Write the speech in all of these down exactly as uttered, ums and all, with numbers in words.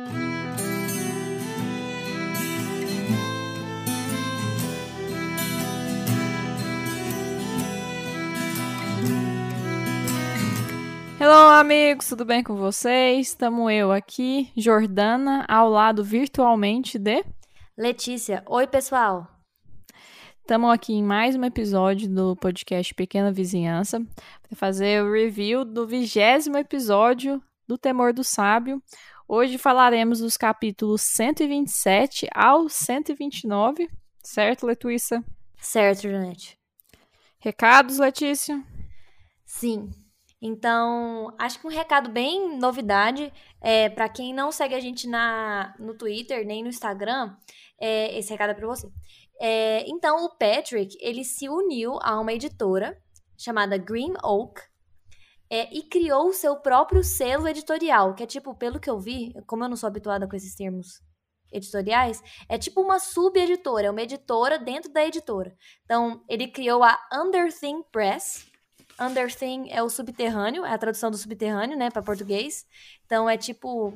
Hello, amigos, tudo bem com vocês? Estamos eu aqui, Jordana, ao lado virtualmente de... Letícia. Oi, pessoal. Estamos aqui em mais um episódio do podcast Pequena Vizinhança para fazer o review do vigésimo episódio do Temor do Sábio. Hoje falaremos dos capítulos cento e vinte e sete ao cento e vinte e nove, certo, Letícia? Certo, Janete. Recados, Letícia? Sim. Então, acho que um recado bem novidade, é, para quem não segue a gente na, no Twitter nem no Instagram, é, esse recado é para você. É, então, o Patrick, ele se uniu a uma editora chamada Green Oak é, e criou o seu próprio selo editorial, que é tipo, pelo que eu vi, como eu não sou habituada com esses termos editoriais, é tipo uma sub-editora, é uma editora dentro da editora. Então, ele criou a Underthing Press. Underthing é o subterrâneo, é a tradução do subterrâneo, né, para português. Então, é tipo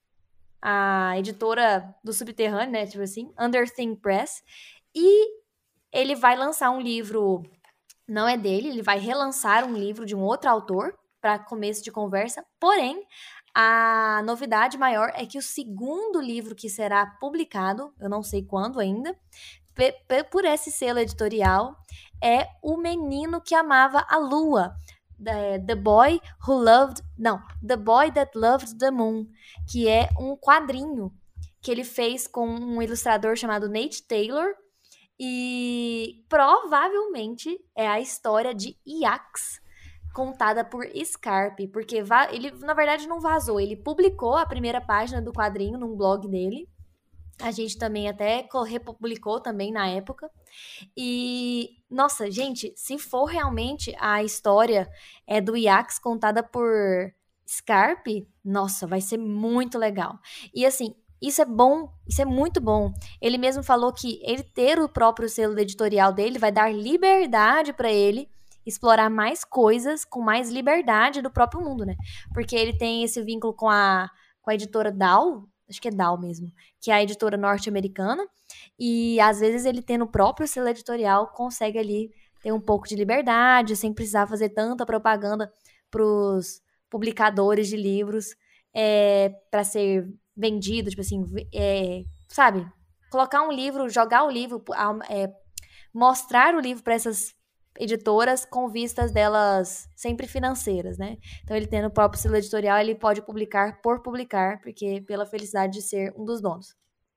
a editora do subterrâneo, né, tipo assim, Underthing Press. E ele vai lançar um livro, não é dele, ele vai relançar um livro de um outro autor para começo de conversa. Porém, a novidade maior é que o segundo livro que será publicado, eu não sei quando ainda, por esse selo editorial, é O Menino que Amava a Lua, The Boy Who Loved... Não, The Boy That Loved the Moon, que é um quadrinho que ele fez com um ilustrador chamado Nate Taylor, e provavelmente é a história de Iax, contada por Scarpe, porque ele, na verdade, não vazou, ele publicou a primeira página do quadrinho num blog dele. A gente também até republicou também na época. E, nossa, gente, se for realmente a história é do Iax contada por Scarpe, nossa, vai ser muito legal. E assim, isso é bom, isso é muito bom. Ele mesmo falou que ele ter o próprio selo editorial dele vai dar liberdade para ele explorar mais coisas com mais liberdade do próprio mundo, né? Porque ele tem esse vínculo com a, com a editora Dow, acho que é Dow mesmo, que é a editora norte-americana, e às vezes ele tendo o próprio selo editorial consegue ali ter um pouco de liberdade, sem precisar fazer tanta propaganda pros publicadores de livros é, para ser vendido, tipo assim, é, sabe? Colocar um livro, jogar o livro, é, mostrar o livro para essas editoras com vistas delas sempre financeiras, né? Então, ele tendo o próprio selo editorial, ele pode publicar por publicar, porque pela felicidade de ser um dos donos.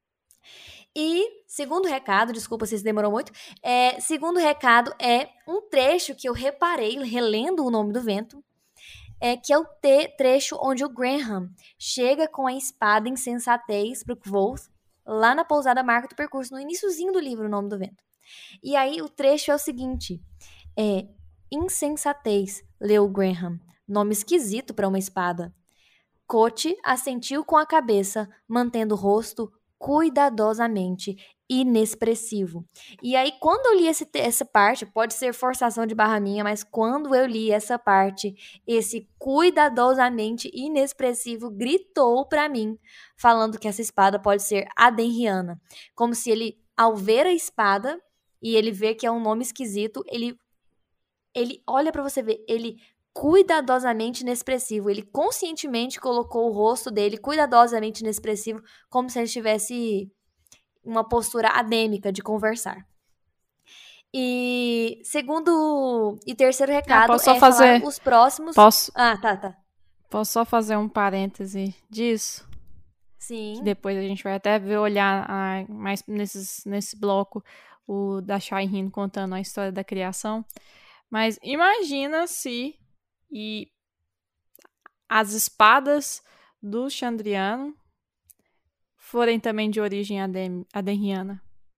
E, segundo recado, desculpa se isso demorou muito, é, segundo recado é um trecho que eu reparei, relendo O Nome do Vento, é que é o te- trecho onde o Graham chega com a espada insensatez pro Kvothe, lá na pousada Marca do Percurso, no iniciozinho do livro O Nome do Vento. E aí o trecho é o seguinte, é insensatez, leu Graham, nome esquisito para uma espada. Cote assentiu com a cabeça, mantendo o rosto cuidadosamente inexpressivo. E aí, quando eu li esse, essa parte, pode ser forçação de barra minha, mas quando eu li essa parte, esse cuidadosamente inexpressivo gritou para mim, falando que essa espada pode ser Adenriana. Como se ele, ao ver a espada, e ele vê que é um nome esquisito, ele, ele olha para você ver, ele cuidadosamente inexpressivo. Ele conscientemente colocou o rosto dele cuidadosamente inexpressivo, como se ele tivesse uma postura adêmica de conversar. E segundo e terceiro recado ah, posso só é fazer... falar os próximos... Posso... Ah, tá, tá. Posso só fazer um parêntese disso? Sim. Que depois a gente vai até ver, olhar ah, mais nesses, nesse bloco o da Shai-Hin contando a história da criação. Mas imagina se e as espadas do Chandriano forem também de origem adem, adenriana.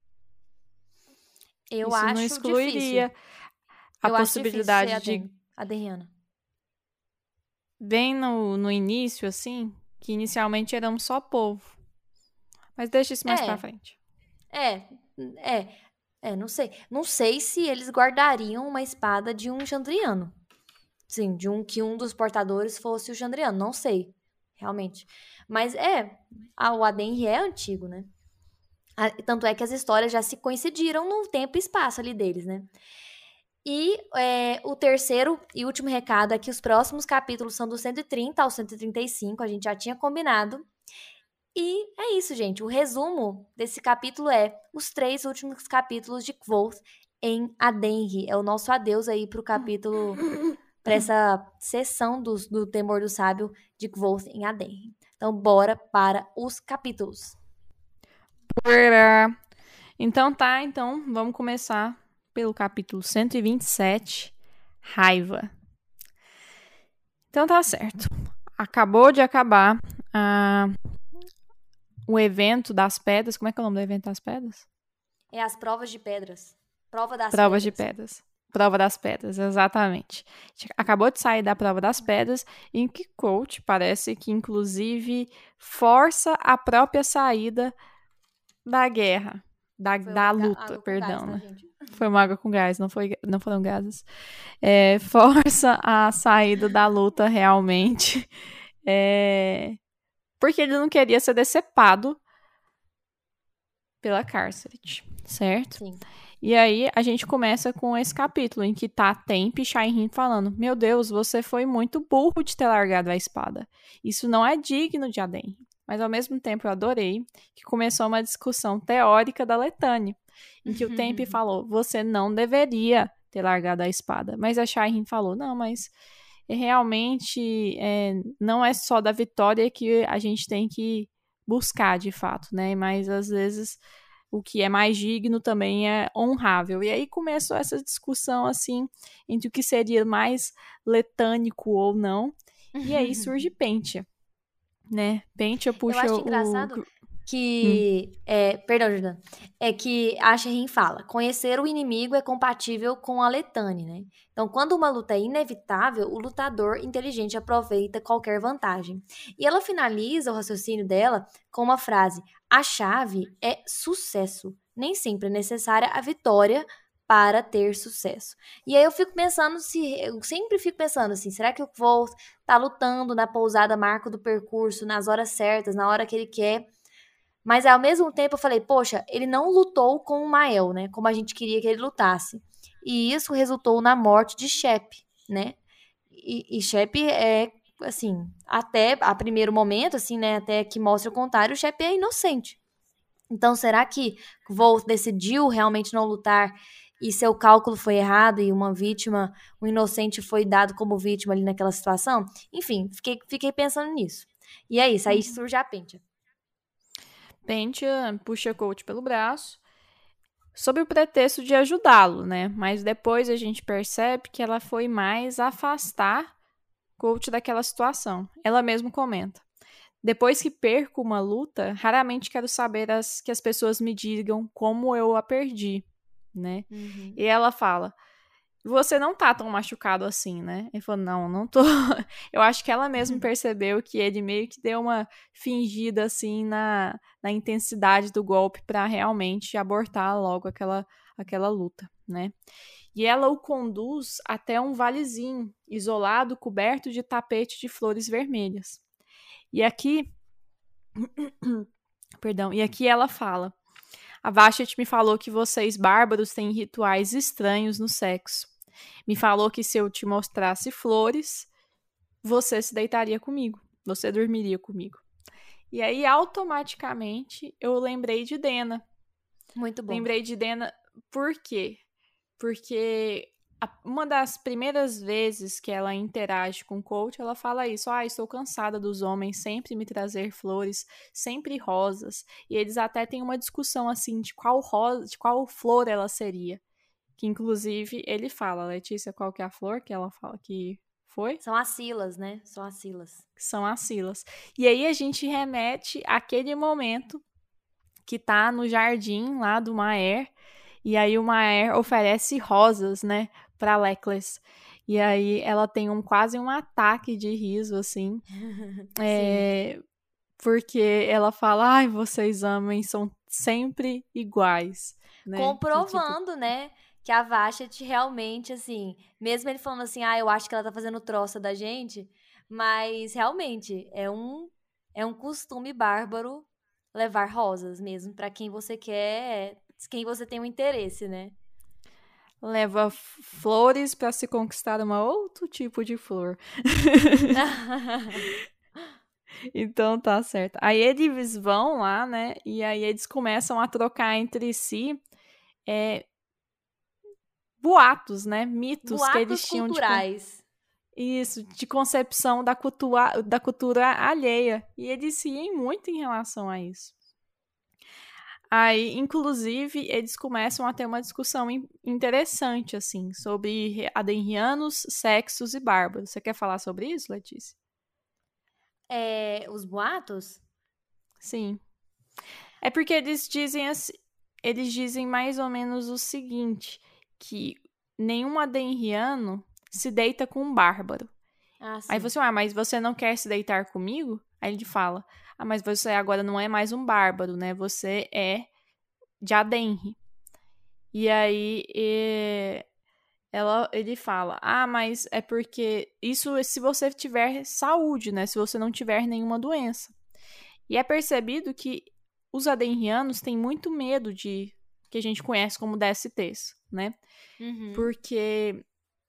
Eu Isso acho não excluiria difícil. a Eu possibilidade acho difícil ser de... adenriana. Bem no, no início, assim, que inicialmente éramos só povo. Mas deixa isso mais é, pra frente. É, é, é, não sei. Não sei se eles guardariam uma espada de um Chandriano. Sim, de um que um dos portadores fosse o Chandriano, não sei. realmente. Mas é, a, o Adenri é antigo, né? A, tanto é que as histórias já se coincidiram no tempo e espaço ali deles, né? E é, o terceiro e último recado é que os próximos capítulos são do cento e trinta ao cento e trinta e cinco, a gente já tinha combinado. E é isso, gente. O resumo desse capítulo é os três últimos capítulos de Kvothe em Adenri. É o nosso adeus aí pro capítulo, para essa sessão do, do Temor do Sábio de Kvothe em Adenri. Então, bora para os capítulos. Bora. Então tá, então vamos começar pelo capítulo cento e vinte e sete, Raiva. Então tá certo. Acabou de acabar a... o evento das pedras. Como é que é o nome do evento das pedras? É as provas de pedras. Prova das Provas pedras. de pedras. Prova das pedras, exatamente. A gente acabou de sair da prova das pedras, em que Coach parece que, inclusive, força a própria saída da guerra. Da, da luta, perdão, gás, né? tá, gente? Foi uma água com gás, não, foi, não foram gases. É, força a saída da luta realmente. É, porque ele não queria ser decepado pela Carcerit, certo? Sim. E aí a gente começa com esse capítulo em que tá Temp e Shairin falando: meu Deus, você foi muito burro de ter largado a espada. Isso não é digno de Adenri. Mas ao mesmo tempo eu adorei que começou uma discussão teórica da Letane, em que o Temp falou: você não deveria ter largado a espada. Mas a Shairin falou: não, mas realmente é, não é só da vitória que a gente tem que buscar de fato, né? Mas às vezes o que é mais digno também é honrável. E aí começou essa discussão, assim, entre o que seria mais letânico ou não. E aí surge Pentia, né? Pentia puxa Eu acho o... engraçado que... Hum. É, perdão, Jordana. É que a Shairin fala, conhecer o inimigo é compatível com a Letane, né? Então, quando uma luta é inevitável, o lutador inteligente aproveita qualquer vantagem. E ela finaliza o raciocínio dela com uma frase: a chave é sucesso. Nem sempre é necessária a vitória para ter sucesso. E aí eu fico pensando se... Eu sempre fico pensando assim, será que eu vou tá lutando na pousada marco do percurso, nas horas certas, na hora que ele quer? Mas ao mesmo tempo eu falei, poxa, ele não lutou com o Mael, né? Como a gente queria que ele lutasse. E isso resultou na morte de Shep, né? E, e Shep é, assim, até a primeiro momento, assim, né? Até que mostra o contrário, o Shep é inocente. Então, será que Kvothe decidiu realmente não lutar e seu cálculo foi errado e uma vítima, um inocente foi dado como vítima ali naquela situação? Enfim, fiquei, fiquei pensando nisso. E é isso, aí surge a Pentia. Pentia puxa Coach pelo braço, sob o pretexto de ajudá-lo, né? Mas depois a gente percebe que ela foi mais afastar Coach daquela situação. Ela mesma comenta: depois que perco uma luta, raramente quero saber as, que as pessoas me digam como eu a perdi, né? Uhum. E ela fala: você não tá tão machucado assim, né? Ele falou: não, não tô. Eu acho que ela mesma percebeu que ele meio que deu uma fingida assim na, na intensidade do golpe para realmente abortar logo aquela, aquela luta, né? E ela o conduz até um valezinho isolado, coberto de tapete de flores vermelhas. E aqui, perdão, e aqui ela fala: a Vashti me falou que vocês bárbaros têm rituais estranhos no sexo. Me falou que se eu te mostrasse flores, você se deitaria comigo, você dormiria comigo. E aí, automaticamente, eu lembrei de Dena. Muito bom. Lembrei de Dena por quê? Porque uma das primeiras vezes que ela interage com o coach, ela fala isso: ah, estou cansada dos homens sempre me trazer flores, sempre rosas. E eles até têm uma discussão assim de qual rosa, de qual flor ela seria. Que inclusive ele fala: Letícia, qual que é a flor que ela fala que foi? São as Silas, né? São as Silas. São as Silas. E aí a gente remete àquele momento que tá no jardim lá do Maer. E aí o Maer oferece rosas, né, pra Leclerc. E aí ela tem um, quase um ataque de riso, assim. é, porque ela fala: ai, vocês homens são sempre iguais. Né? Comprovando, que, tipo... né, que a Vashti realmente, assim, mesmo ele falando assim, ah, eu acho que ela tá fazendo troça da gente, mas realmente é um é um costume bárbaro levar rosas mesmo, pra quem você quer, quem você tem um interesse, né? Leva f- flores pra se conquistar uma outro tipo de flor. Então tá certo. Aí eles vão lá, né? E aí eles começam a trocar entre si é, boatos, né? Mitos que eles Boatos tinham de con- culturais. isso, de concepção da cultura, da cultura alheia. E eles riem muito em relação a isso. Aí, inclusive, eles começam a ter uma discussão in- interessante, assim, sobre adenrianos, sexos e bárbaros. Você quer falar sobre isso, Letícia? É, os boatos? Sim. É porque eles dizem assim, eles dizem mais ou menos o seguinte, que nenhum adenriano se deita com um bárbaro. Ah, Aí sim. você, ah, mas você não quer se deitar comigo? Aí ele fala, ah, mas você agora não é mais um bárbaro, né? Você é de Adenri. E aí e- ela, ele fala, ah, mas é porque isso se você tiver saúde, né? Se você não tiver nenhuma doença. E é percebido que os adenrianos têm muito medo de que a gente conhece como D S Ts, né? Uhum. Porque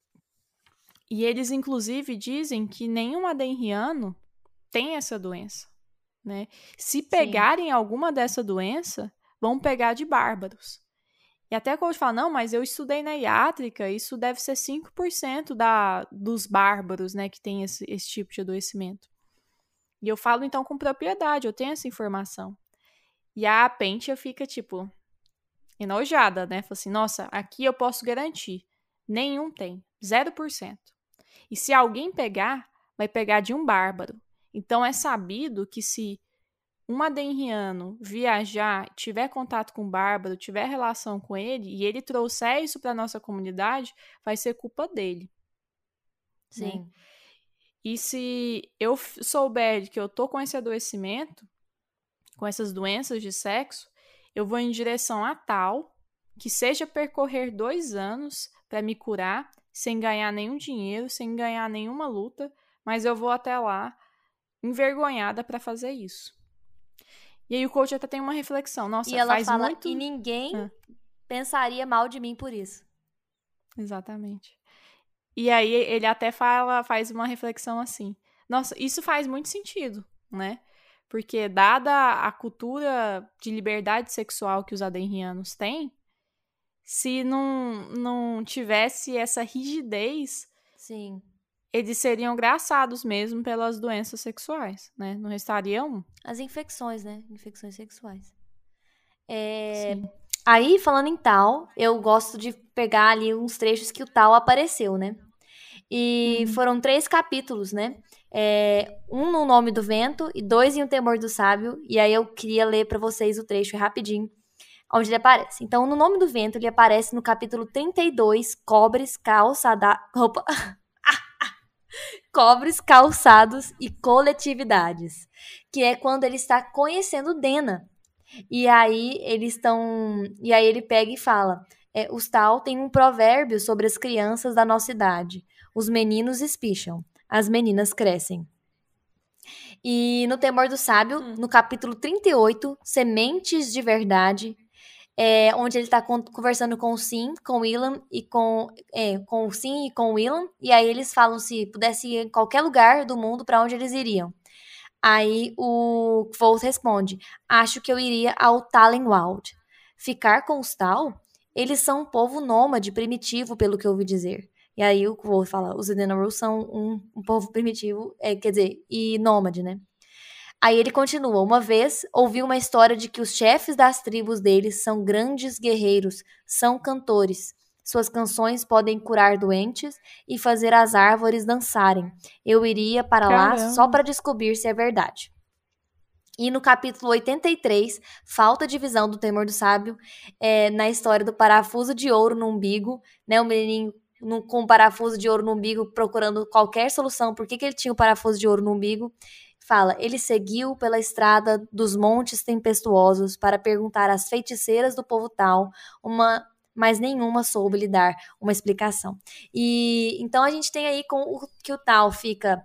e eles inclusive dizem que nenhum adenriano tem essa doença, né? Se Sim. pegarem alguma dessa doença, vão pegar de bárbaros. E até a coach fala, não, mas eu estudei na iátrica, isso deve ser cinco por cento da, dos bárbaros, né, que tem esse, esse tipo de adoecimento. E eu falo então com propriedade, eu tenho essa informação. E a Pentia fica, tipo, enojada, né? Fala assim, nossa, aqui eu posso garantir, nenhum tem, zero por cento. E se alguém pegar, vai pegar de um bárbaro. Então é sabido que se um adenriano viajar, tiver contato com o bárbaro, tiver relação com ele, e ele trouxer isso para nossa comunidade, vai ser culpa dele, né? Sim. E se eu souber que eu tô com esse adoecimento, com essas doenças de sexo, eu vou em direção a tal que seja percorrer dois anos para me curar, sem ganhar nenhum dinheiro, sem ganhar nenhuma luta, mas eu vou até lá envergonhada para fazer isso. E aí o coach até tem uma reflexão. E Nossa, ela faz fala, e muito. ninguém Ah, pensaria mal de mim por isso. exatamente. E aí ele até fala, faz uma reflexão assim. Nossa, isso faz muito sentido, né? Porque dada a cultura de liberdade sexual que os adenrianos têm, se não, não tivesse essa rigidez, Sim. eles seriam graçados mesmo pelas doenças sexuais, né? Não restariam? As infecções, né? Infecções sexuais. É... Sim. Aí, falando em Tal, eu gosto de pegar ali uns trechos que o Tal apareceu, né? E Uhum. foram três capítulos, né? É, um no Nome do Vento e dois em O Temor do Sábio. E aí eu queria ler para vocês o trecho rapidinho, onde ele aparece. Então, no Nome do Vento, ele aparece no capítulo trinta e dois, Cobres, calçada... Opa. Cobres, calçados e coletividades. Que é quando ele está conhecendo Dena. E aí eles estão. E aí ele pega e fala: é, os tal tem um provérbio sobre as crianças da nossa idade. Os meninos espicham, as meninas crescem. E no Temor do Sábio, Hum. no capítulo trinta e oito, Sementes de Verdade, é, onde ele está conversando com o Sim, com o Ilan e com, é, com o Sim e com o Ilan. E aí eles falam se pudesse ir em qualquer lugar do mundo para onde eles iriam. Aí o Kvolt responde: acho que eu iria ao Talenwald. Ficar com os Tal? Eles são um povo nômade, primitivo, pelo que eu ouvi dizer. E aí o Kvolt fala: os Edenarul são um, um povo primitivo, é, quer dizer, e nômade, né? Aí ele continua: uma vez ouvi uma história de que os chefes das tribos deles são grandes guerreiros, são cantores. Suas canções podem curar doentes e fazer as árvores dançarem. Eu iria para lá só Caramba. para descobrir se é verdade. E no capítulo oitenta e três, Falta de Visão do Temor do Sábio, é, na história do parafuso de ouro no umbigo, né? O menininho no, com um parafuso de ouro no umbigo procurando qualquer solução. Por que, que ele tinha o parafuso de ouro no umbigo? Fala, ele seguiu pela estrada dos montes tempestuosos para perguntar às feiticeiras do povo tal, uma, mas nenhuma soube lhe dar uma explicação. E então a gente tem aí com o, que o tal fica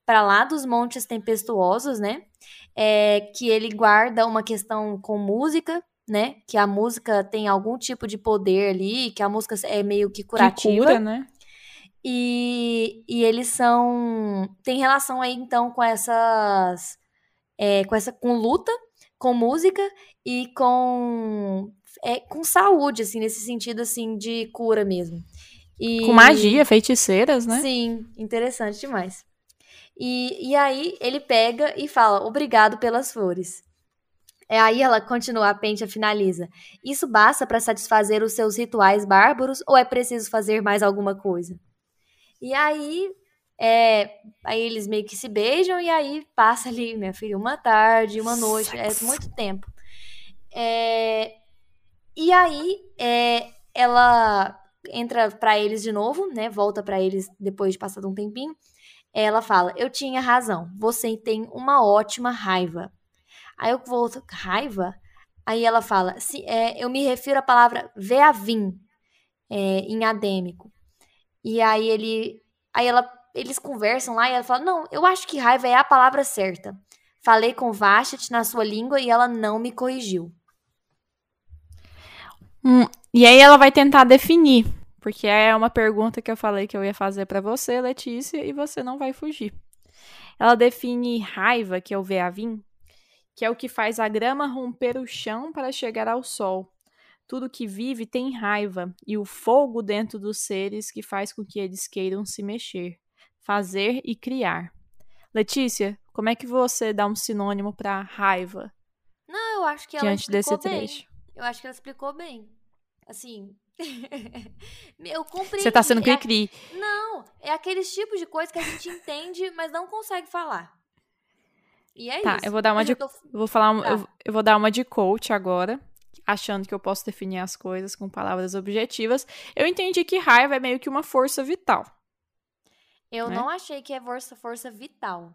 para lá dos montes tempestuosos, né? É, que ele guarda uma questão com música, né? Que a música tem algum tipo de poder ali, que a música é meio que Que curativa. cura, né? E, e eles são. Tem relação aí, então, com essas. É, com essa. Com luta, com música e com. É, com saúde, assim, nesse sentido, assim, de cura mesmo. Com E. magia, feiticeiras, né? Sim, interessante demais. E, e aí ele pega e fala: obrigado pelas flores. É aí ela continua, a Pentia finaliza. Isso basta para satisfazer os seus rituais bárbaros ou é preciso fazer mais alguma coisa? E aí, é, aí eles meio que se beijam e aí passa ali, minha filha, uma tarde, uma noite, é Sex. muito tempo. É, e aí, é, ela entra pra eles de novo, né? Volta pra eles depois de passado um tempinho. Ela fala: eu tinha razão, você tem uma ótima raiva. Aí eu volto, raiva? Aí ela fala: se, é, eu me refiro à palavra veavim, é, em adêmico. E aí ele. Aí ela, eles conversam lá e ela fala: não, eu acho que raiva é a palavra certa. Falei com Vashti na sua língua e ela não me corrigiu. Hum, e aí ela vai tentar definir, porque é uma pergunta que eu falei que eu ia fazer pra você, Letícia, e você não vai fugir. Ela define raiva, que é o veavim, que é o que faz a grama romper o chão para chegar ao sol. Tudo que vive tem raiva, e o fogo dentro dos seres que faz com que eles queiram se mexer, fazer e criar. Letícia, como é que você dá um sinônimo para raiva Não, eu acho que ela diante desse explicou bem. trecho? Eu acho que ela explicou bem. Assim. eu Você tá compreendi. sendo É a- cri-cri. Não, é aqueles tipos de coisa que a gente entende, mas não consegue falar. E é Tá, eu isso. vou dar uma de. Eu Eu tô. vou falar. um- Eu, Tá. eu vou dar uma de coach agora, achando que eu posso definir as coisas com palavras objetivas. Eu entendi que raiva é meio que uma força vital, Eu né? não achei que é força, força vital.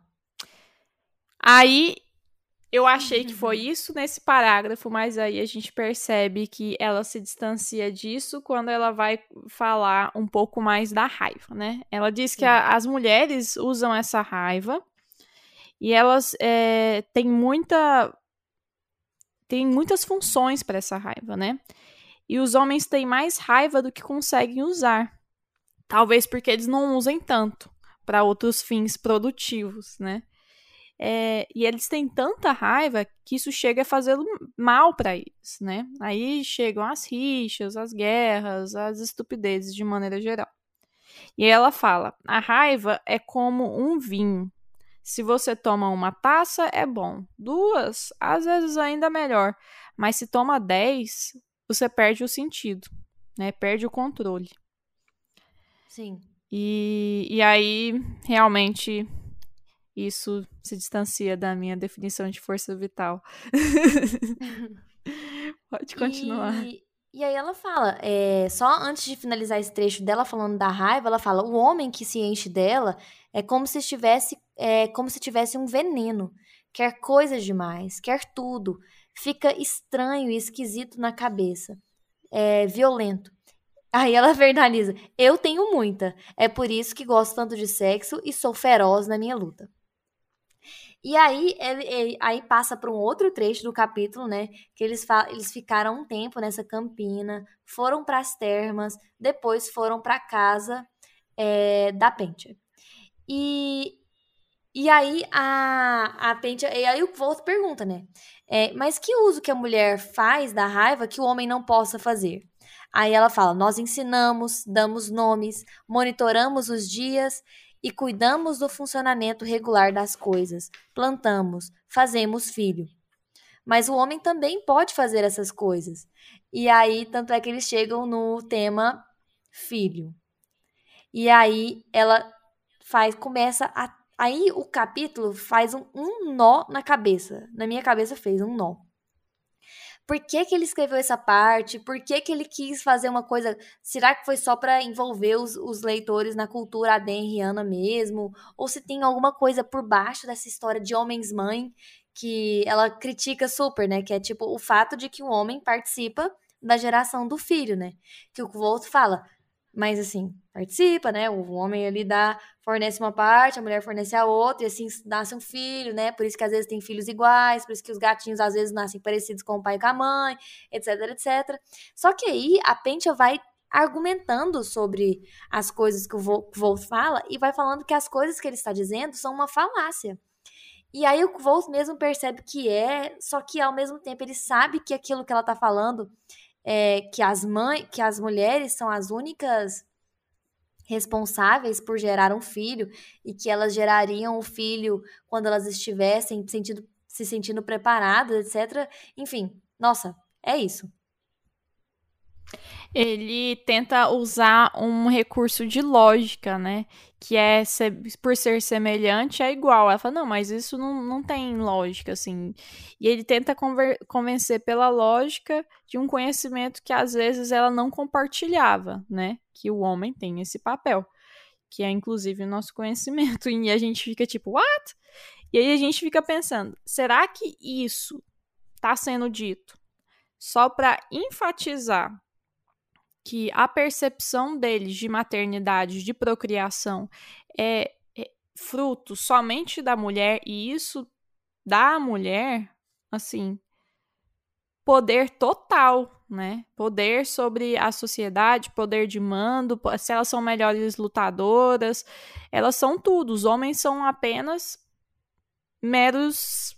Aí eu achei que foi isso nesse parágrafo, mas aí a gente percebe que ela se distancia disso quando ela vai falar um pouco mais da raiva, né? Ela diz que Sim. a- as mulheres usam essa raiva e elas é, têm muita, têm muitas funções para essa raiva, né? E os homens têm mais raiva do que conseguem usar. Talvez porque eles não usem tanto para outros fins produtivos, né? É, e eles têm tanta raiva que isso chega a fazer mal para eles, né? Aí chegam as rixas, as guerras, as estupidezes de maneira geral. E ela fala: a raiva é como um vinho. Se você toma uma taça, é bom. Duas, às vezes ainda melhor. Mas se toma dez, você perde o sentido, né? Perde o controle. Sim. E, e aí, realmente, isso se distancia da minha definição de força vital. Pode continuar. E, e aí ela fala, é, só antes de finalizar esse trecho dela falando da raiva, ela fala: o homem que se enche dela é como se estivesse, é como se tivesse um veneno. Quer coisas demais, quer tudo. Fica estranho e esquisito na cabeça. É violento. Aí ela verbaliza: eu tenho muita. É por isso que gosto tanto de sexo e sou feroz na minha luta. E aí, ele, ele- aí passa para um outro trecho do capítulo, né? Que eles, fa- eles ficaram um tempo nessa campina, foram para as termas, depois foram para casa é, da Pentia. E, e aí a, a Pentia, e aí o Volto pergunta, né? É, mas que uso que a mulher faz da raiva que o homem não possa fazer? Aí ela fala: nós ensinamos, damos nomes, monitoramos os dias e cuidamos do funcionamento regular das coisas. Plantamos, fazemos filho. Mas o homem também pode fazer essas coisas. E aí, tanto é que eles chegam no tema filho. E aí ela faz, começa a. Aí o capítulo faz um, um nó na cabeça. Na minha cabeça fez um nó. Por que, que ele escreveu essa parte? Por que, que ele quis fazer uma coisa? Será que foi só para envolver os, os leitores na cultura adenriana mesmo? Ou se tem alguma coisa por baixo dessa história de homens-mãe que ela critica super, né? Que é tipo o fato de que o homem participa da geração do filho, né? Que o Volto fala, mas assim, participa, né? O homem ali dá, fornece uma parte, a mulher fornece a outra, e assim nasce um filho, né? Por isso que às vezes tem filhos iguais, por isso que os gatinhos às vezes nascem parecidos com o pai e com a mãe, etc, etcétera. Só que aí a Pentia vai argumentando sobre as coisas que o Wolff fala e vai falando que as coisas que ele está dizendo são uma falácia. E aí o Wolff mesmo percebe que é, só que ao mesmo tempo ele sabe que aquilo que ela está falando é que as mães, que as mulheres são as únicas responsáveis por gerar um filho e que elas gerariam o filho quando elas estivessem sentindo, se sentindo preparadas, etcétera. Enfim, nossa, é isso. Ele tenta usar um recurso de lógica, né? Que é, ser, por ser semelhante, é igual. Ela fala, não, mas isso não, não tem lógica, assim. E ele tenta conver, convencer pela lógica de um conhecimento que, às vezes, ela não compartilhava, né? Que o homem tem esse papel. Que é, inclusive, o nosso conhecimento. E a gente fica tipo, what? E aí a gente fica pensando, será que isso tá sendo dito só para enfatizar que a percepção deles de maternidade, de procriação, é, é fruto somente da mulher, e isso dá à mulher, assim, poder total, né? Poder sobre a sociedade, poder de mando, se elas são melhores lutadoras, elas são tudo. Os homens são apenas meros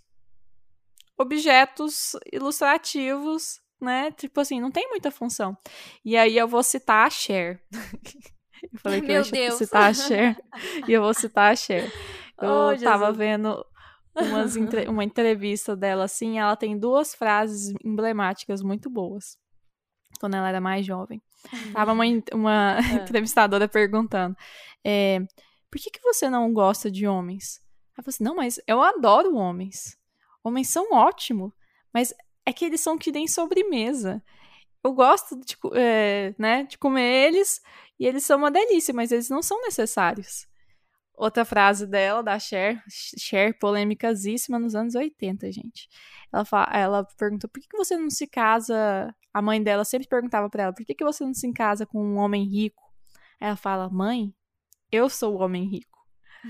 objetos ilustrativos, né? Tipo assim, não tem muita função. E aí eu vou citar a Cher. Eu falei que Meu eu ia Deus. citar a Cher. E eu vou citar a Cher. Eu Oh, tava Jesus. vendo umas entre... uma entrevista dela, assim, ela tem duas frases emblemáticas muito boas. Quando ela era mais jovem. Tava uma, uma Ah. entrevistadora perguntando, é, por que, que você não gosta de homens? Ela falou assim, não, mas eu adoro homens. Homens são ótimos, mas é que eles são que nem sobremesa. Eu gosto de, é, né, de comer eles e eles são uma delícia, mas eles não são necessários. Outra frase dela, da Cher, Cher polêmicasíssima nos anos oitenta, gente. Ela, fala, ela perguntou, por que, que você não se casa... A mãe dela sempre perguntava pra ela, por que, que você não se casa com um homem rico? Aí ela fala, mãe, eu sou o homem rico.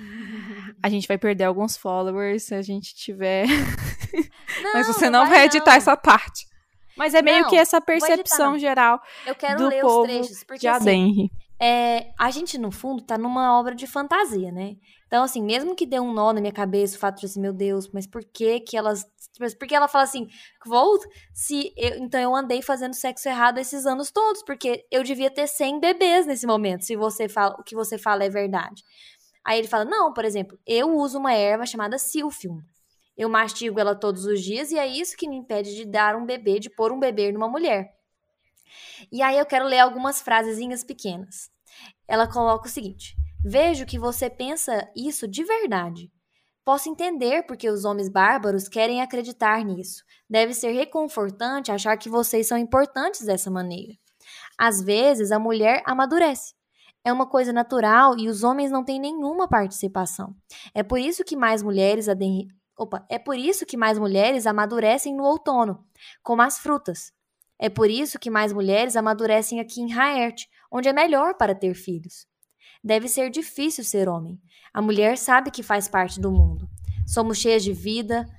A gente vai perder alguns followers se a gente tiver... Não, Mas você não não vai, vai editar não. essa parte. Mas é meio Não, que essa não vou editar, percepção não. geral Eu quero do ler os povo trechos, porque de assim, Adenri. é, a gente, no fundo, tá numa obra de fantasia, né? Então, assim, mesmo que dê um nó na minha cabeça, o fato de assim, meu Deus, mas por que que elas... Porque ela fala assim, Volt, se eu, então eu andei fazendo sexo errado esses anos todos, porque eu devia ter cem bebês nesse momento, se você fala, o que você fala é verdade. Aí ele fala, não, por exemplo, eu uso uma erva chamada Silphium. Eu mastigo ela todos os dias e é isso que me impede de dar um bebê, de pôr um bebê numa mulher. E aí eu quero ler algumas frasezinhas pequenas. Ela coloca o seguinte: vejo que você pensa isso de verdade. Posso entender porque os homens bárbaros querem acreditar nisso. Deve ser reconfortante achar que vocês são importantes dessa maneira. Às vezes, a mulher amadurece. É uma coisa natural e os homens não têm nenhuma participação. É por isso que mais mulheres aden... Opa, é por isso que mais mulheres amadurecem no outono, como as frutas. É por isso que mais mulheres amadurecem aqui em Raert, onde é melhor para ter filhos. Deve ser difícil ser homem. A mulher sabe que faz parte do mundo. Somos cheias de vida.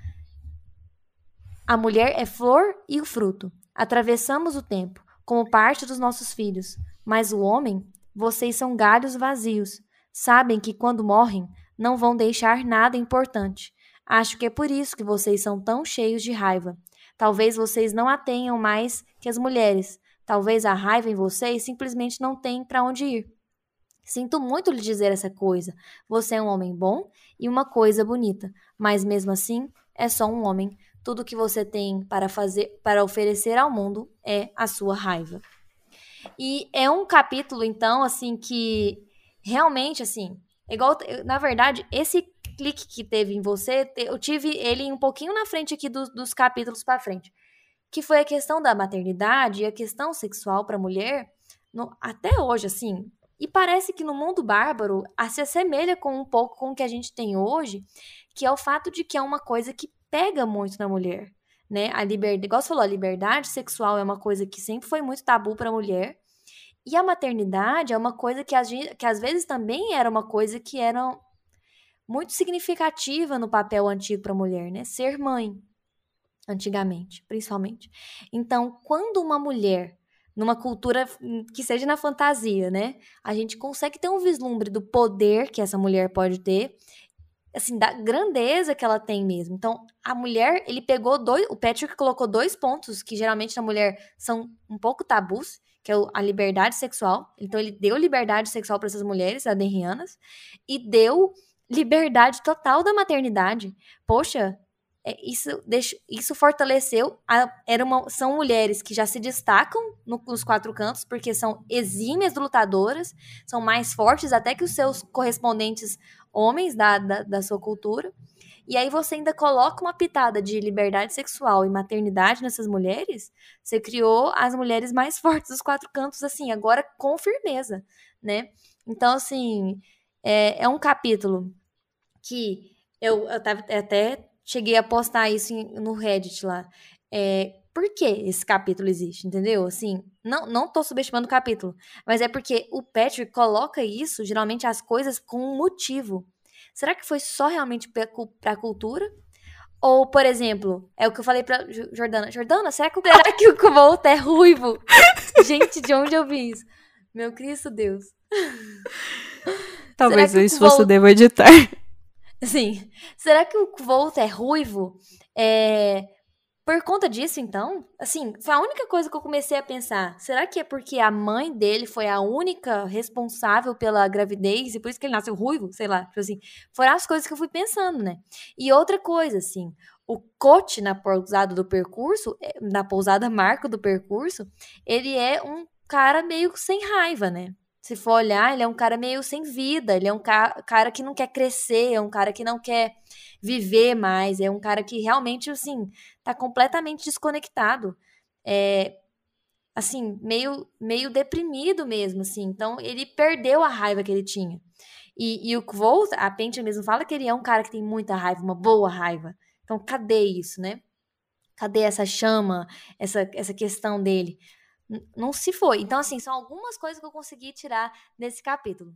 A mulher é flor e o fruto. Atravessamos o tempo, como parte dos nossos filhos. Mas o homem, vocês são galhos vazios. Sabem que quando morrem, não vão deixar nada importante. Acho que é por isso que vocês são tão cheios de raiva. Talvez vocês não a tenham mais que as mulheres. Talvez a raiva em vocês simplesmente não tenha para onde ir. Sinto muito lhe dizer essa coisa. Você é um homem bom e uma coisa bonita, mas mesmo assim é só um homem. Tudo que você tem para fazer, para oferecer ao mundo é a sua raiva. E é um capítulo, então, assim, que realmente, assim, igual, na verdade, esse clique que teve em você, eu tive ele um pouquinho na frente aqui dos, dos capítulos para frente, que foi a questão da maternidade e a questão sexual para a mulher, no, até hoje, assim. E parece que no mundo bárbaro se assemelha com um pouco com o que a gente tem hoje, que é o fato de que é uma coisa que pega muito na mulher, né? A liberdade, igual você falou, a liberdade sexual é uma coisa que sempre foi muito tabu para a mulher E a maternidade é uma coisa que, às que às vezes também era uma coisa que era muito significativa no papel antigo para a mulher, né? Ser mãe, antigamente, principalmente. Então, quando uma mulher, numa cultura que seja na fantasia, né? A gente consegue ter um vislumbre do poder que essa mulher pode ter, assim, da grandeza que ela tem mesmo. Então, a mulher, ele pegou dois, o Patrick colocou dois pontos que geralmente na mulher são um pouco tabus, que é a liberdade sexual. Então, ele deu liberdade sexual para essas mulheres adenrianas e deu liberdade total da maternidade. Poxa, é, isso, deixa, isso fortaleceu. A, era uma, são mulheres que já se destacam no, nos quatro cantos, porque são exímias lutadoras, são mais fortes até que os seus correspondentes homens da, da, da sua cultura. E aí você ainda coloca uma pitada de liberdade sexual e maternidade nessas mulheres, você criou as mulheres mais fortes dos quatro cantos, assim, agora com firmeza, né? Então, assim, é, é um capítulo que eu, eu tava, até cheguei a postar isso no Reddit lá. É, por que esse capítulo existe, entendeu? Assim, não, não tô subestimando o capítulo, mas é porque o Patrick coloca isso, geralmente as coisas, com um motivo. Será que foi só realmente pra, pra cultura? Ou, por exemplo, é o que eu falei pra Jordana. Jordana, será que, será que o Colt é ruivo? Gente, de onde eu vi isso? Meu Cristo Deus. Talvez isso você deva editar. Sim. Será que o Volt é ruivo? É... Por conta disso, então? Assim, foi a única coisa que eu comecei a pensar. Será que é porque a mãe dele foi a única responsável pela gravidez e por isso que ele nasceu ruivo? Sei lá, tipo assim. Foram as coisas que eu fui pensando, né? E outra coisa, assim, o coach na pousada do percurso, na pousada marco do percurso, ele é um cara meio sem raiva, né? Se for olhar, ele é um cara meio sem vida, ele é um ca- cara que não quer crescer, é um cara que não quer viver mais, é um cara que realmente, assim, tá completamente desconectado. É, assim, meio, meio deprimido mesmo, assim. Então, ele perdeu a raiva que ele tinha. E, e o Kvolt, a Pentia mesmo fala que ele é um cara que tem muita raiva, uma boa raiva. Então, cadê isso, né? Cadê essa chama, essa, essa questão dele? N- Não se foi. Então, assim, são algumas coisas que eu consegui tirar desse capítulo.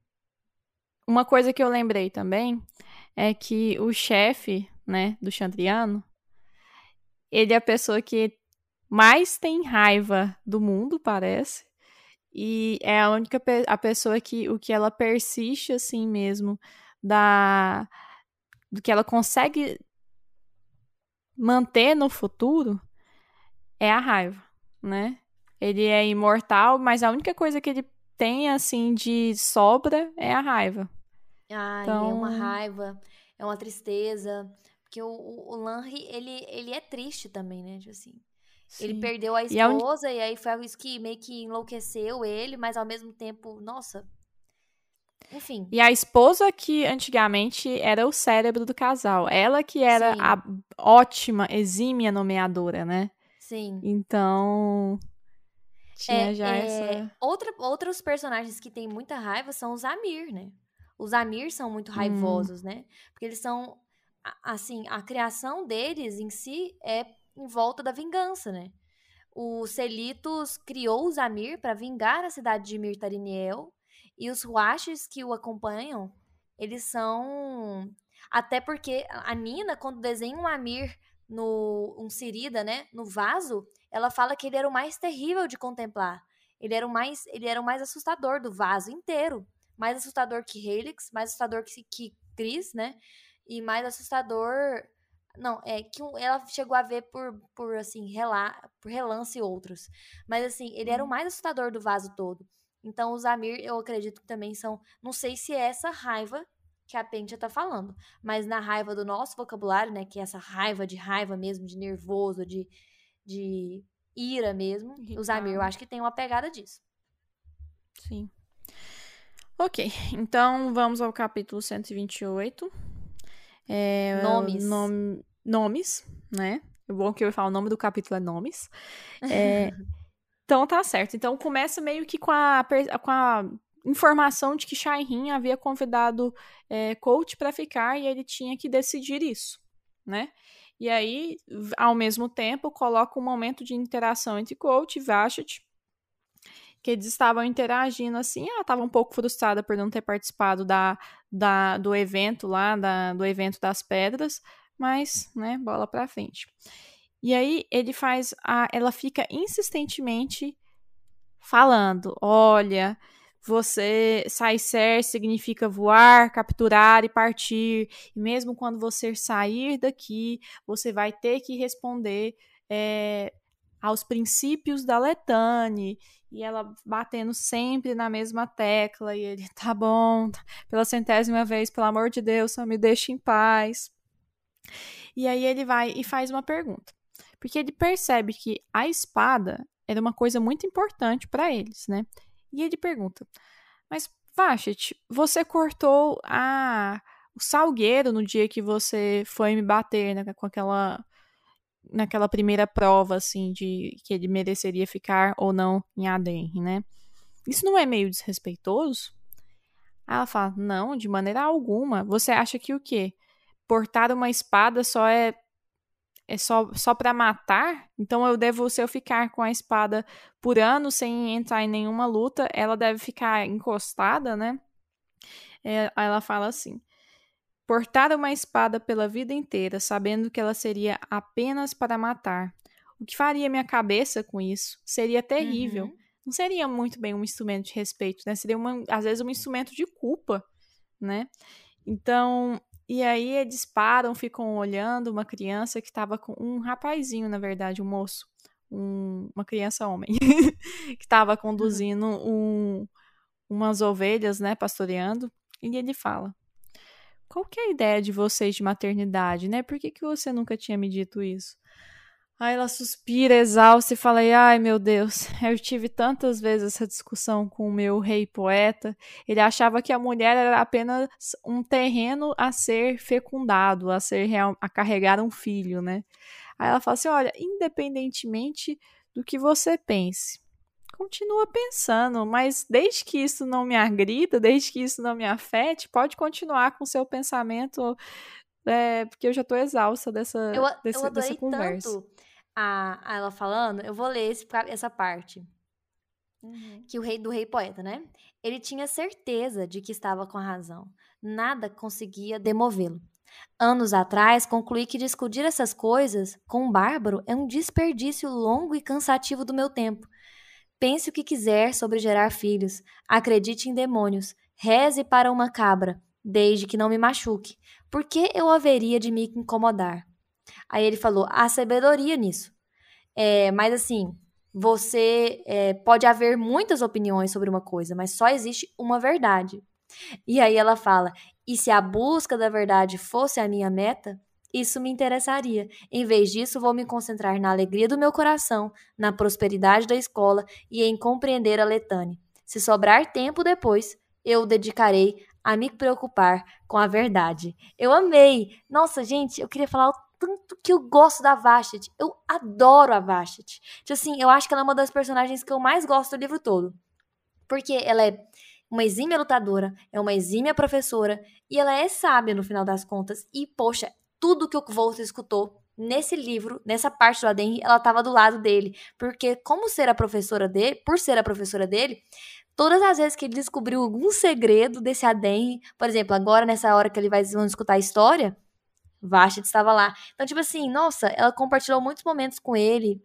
Uma coisa que eu lembrei também é que o chefe, né, do Chandriano, ele é a pessoa que mais tem raiva do mundo, parece. E é a única pe- a pessoa que o que ela persiste assim mesmo da do que ela consegue manter no futuro é a raiva, né? Ele é imortal, mas a única coisa que ele tem assim de sobra é a raiva. Ai, é uma Então, raiva, é uma tristeza. Porque o, o, o Lanry, ele, ele é triste também, né? Tipo assim. Ele sim. perdeu a E a, uni- esposa, e aí foi isso que meio que enlouqueceu ele, mas ao mesmo tempo, nossa, enfim, e a esposa que antigamente era o cérebro do casal, ela que era sim, a ótima, exímia nomeadora, né? sim. Então, tinha já É, é, essa. outra, outros personagens que têm muita raiva são os Amir, né? Os Amir são muito Hum, raivosos, né? Porque eles são, a- assim, a criação deles em si é em volta da vingança, né? O Selitos criou os Amir para vingar a cidade de Mirtariniel, e os Huashes que o acompanham, eles são. Até porque a Nina, quando desenha um Amir no um Sirida, né, no vaso, ela fala que ele era o mais terrível de contemplar. Ele era o mais, ele era o mais assustador do vaso inteiro. Mais assustador que Helix, mais assustador que, que Chris, né? E mais assustador não, é que um- ela chegou a ver por, por assim, rela, por relance outros. Mas assim, ele era o hum. mais assustador do vaso todo. Então os Amir, eu acredito que também são, não sei se é essa raiva que a Pentia tá falando, mas na raiva do nosso vocabulário, né, que é essa raiva de raiva mesmo, de nervoso, de, de ira mesmo, os Amir, eu Irritado. acho que tem uma pegada disso. Sim. Ok, então vamos ao capítulo cento e vinte e oito. É, o Nomes. nome, nomes, né? É bom que eu falo o nome do capítulo é nomes. É, então tá certo. Então começa meio que com a, per- com a informação de que Shaihin havia convidado é, Colt para ficar e ele tinha que decidir isso, né? E aí, v- ao mesmo tempo, coloca um momento de interação entre Colt e Vashti. que eles estavam interagindo assim. Ela estava um pouco frustrada por não ter participado da, da, do evento lá, da, do evento das pedras, mas, né, bola pra frente. E aí ele faz, a, ela fica insistentemente falando, olha, você sair significa voar, capturar e partir, e mesmo quando você sair daqui, você vai ter que responder é, aos princípios da Letane, e ela batendo sempre na mesma tecla, e ele, tá bom, pela centésima vez, pelo amor de Deus, só me deixa em paz. E aí ele vai e faz uma pergunta, porque ele percebe que a espada era uma coisa muito importante para eles, né? E ele pergunta, mas Vashti, você cortou a, o salgueiro no dia que você foi me bater, né, com aquela, naquela primeira prova, assim, de que ele mereceria ficar ou não em Aden, né? Isso não é meio desrespeitoso? Aí ela fala, não, de maneira alguma. Você acha que o quê? Portar uma espada só é é só, só para matar, então eu devo, se eu ficar com a espada por anos sem entrar em nenhuma luta, ela deve ficar encostada, né? É, aí ela fala assim, portar uma espada pela vida inteira, sabendo que ela seria apenas para matar. O que faria minha cabeça com isso? Seria terrível. Uhum. Não seria muito bem um instrumento de respeito, né? Seria, uma, às vezes, um instrumento de culpa, né? Então, e aí eles param, ficam olhando uma criança que estava com um rapazinho, na verdade, um moço, um, uma criança homem, que estava conduzindo um, umas ovelhas, né, pastoreando, e ele fala, qual que é a ideia de vocês de maternidade, né? Por que, que você nunca tinha me dito isso? Aí ela suspira, exausta, e fala, ai meu Deus, eu tive tantas vezes essa discussão com o meu rei poeta, ele achava que a mulher era apenas um terreno a ser fecundado, a, ser real, a carregar um filho, né? Aí ela fala assim, olha, independentemente do que você pense, continua pensando, mas desde que isso não me agrida, desde que isso não me afete, pode continuar com o seu pensamento, é, porque eu já tô exausta dessa, Eu, eu desse, dessa adorei conversa. tanto a, a ela falando, eu vou ler esse, essa parte. Uhum. Que o rei do rei poeta, né? Ele tinha certeza de que estava com a razão. Nada conseguia demovê-lo. Anos atrás, concluí que discutir essas coisas com um bárbaro é um desperdício longo e cansativo do meu tempo. Pense o que quiser sobre gerar filhos. Acredite em demônios. Reze para uma cabra, desde que não me machuque. Por que eu haveria de me incomodar? Aí ele falou: há sabedoria nisso. É, mas assim, você é, pode haver muitas opiniões sobre uma coisa, mas só existe uma verdade. E aí ela fala: e se a busca da verdade fosse a minha meta, isso me interessaria. Em vez disso, vou me concentrar na alegria do meu coração, na prosperidade da escola e em compreender a Letane. Se sobrar tempo depois, eu o dedicarei a me preocupar com a verdade. Eu amei! Nossa, gente, eu queria falar o tanto que eu gosto da Vashti. Eu adoro a Vashti. Tipo assim, eu acho que ela é uma das personagens que eu mais gosto do livro todo. Porque ela é uma exímia lutadora, é uma exímia professora e ela é sábia no final das contas. E, poxa, tudo que o Volta escutou nesse livro, nessa parte do Adenri, ela estava do lado dele. Porque como ser a professora dele, por ser a professora dele, todas as vezes que ele descobriu algum segredo desse Adenri, por exemplo, agora nessa hora que ele vai vão escutar a história, Vashti estava lá. Então, tipo assim, nossa, ela compartilhou muitos momentos com ele.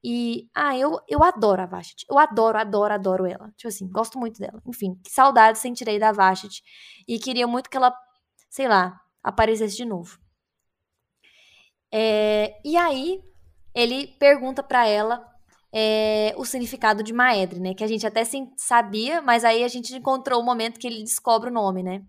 E, ah, eu, eu adoro a Vashti. Eu adoro, adoro, adoro ela. Tipo assim, gosto muito dela. Enfim, que saudade sentirei da Vashti. E queria muito que ela, sei lá, aparecesse de novo. É, e aí, ele pergunta pra ela é, o significado de Maedre, né? Que a gente até sim, sabia, mas aí a gente encontrou o momento que ele descobre o nome, né?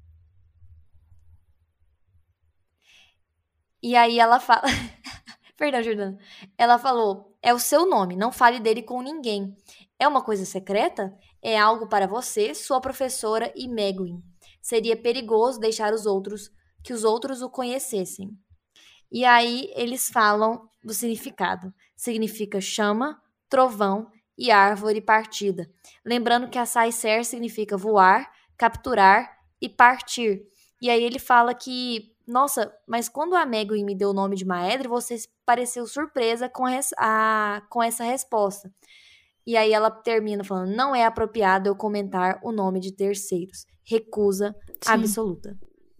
E aí ela fala... Perdão, Jordana. Ela falou, é o seu nome, não fale dele com ninguém. É uma coisa secreta? É algo para você, sua professora e Meguin. Seria perigoso deixar os outros, que os outros o conhecessem. E aí eles falam do significado. Significa chama, trovão e árvore partida. Lembrando que a Saicer significa voar, capturar e partir. E aí ele fala que, nossa, mas quando a Meguin me deu o nome de Maedre, você pareceu surpresa com, a, com essa resposta. E aí ela termina falando: não é apropriado eu comentar o nome de terceiros. Recusa Sim. absoluta.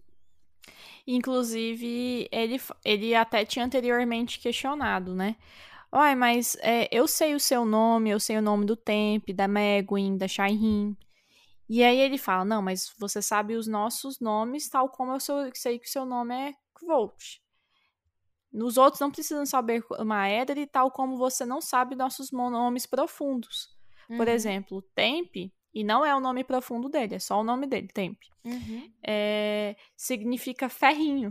Inclusive, ele, ele até tinha anteriormente questionado, né? Uai, mas é, eu sei o seu nome, eu sei o nome do Temp, da Meguin, da Shairin. E aí ele fala, não, mas você sabe os nossos nomes, tal como eu sou- sei que o seu nome é Kvolt. Nos outros não precisam saber Maedre, tal como você não sabe nossos nomes profundos. Por Uhum, exemplo, Temp, e não é o nome profundo dele, é só o nome dele, Temp. uhum. É, significa ferrinho.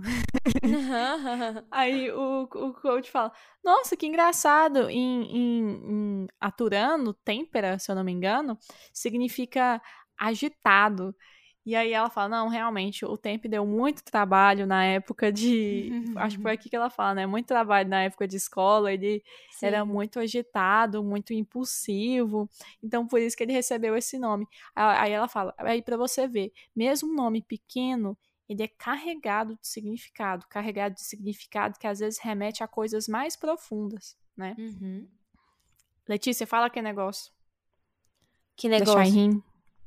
Aí o, o coach fala: Nossa, que engraçado. Em, em, em Aturano, têmpera, se eu não me engano, significa agitado. E aí ela fala: Não, realmente, o tempo deu muito trabalho na época de. Acho que foi aqui que ela fala, né? Muito trabalho na época de escola. Ele era Sim. muito agitado, muito impulsivo. Então, por isso que ele recebeu esse nome. Aí ela fala: Aí, pra você ver, mesmo um nome pequeno ele é carregado de significado, carregado de significado que às vezes remete a coisas mais profundas, né? Uhum. Letícia, fala que negócio Que da negócio. Shairin.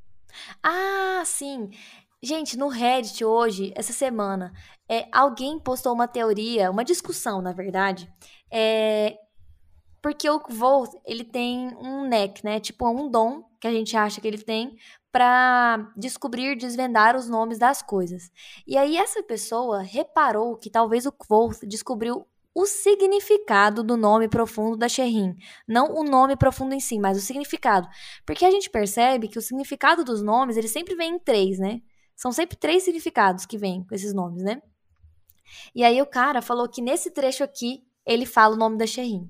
Ah, sim. Gente, no Reddit hoje, essa semana, é, alguém postou uma teoria, uma discussão, na verdade, é, porque o Volt, ele tem um knack, né? Tipo, um dom que a gente acha que ele tem pra descobrir, desvendar os nomes das coisas. E aí essa pessoa reparou que talvez o Volt descobriu o significado do nome profundo da Sherrin. Não o nome profundo em si, mas o significado. Porque a gente percebe que o significado dos nomes, ele sempre vem em três, né? São sempre três significados que vêm com esses nomes, né? E aí o cara falou que nesse trecho aqui, ele fala o nome da Sherrin.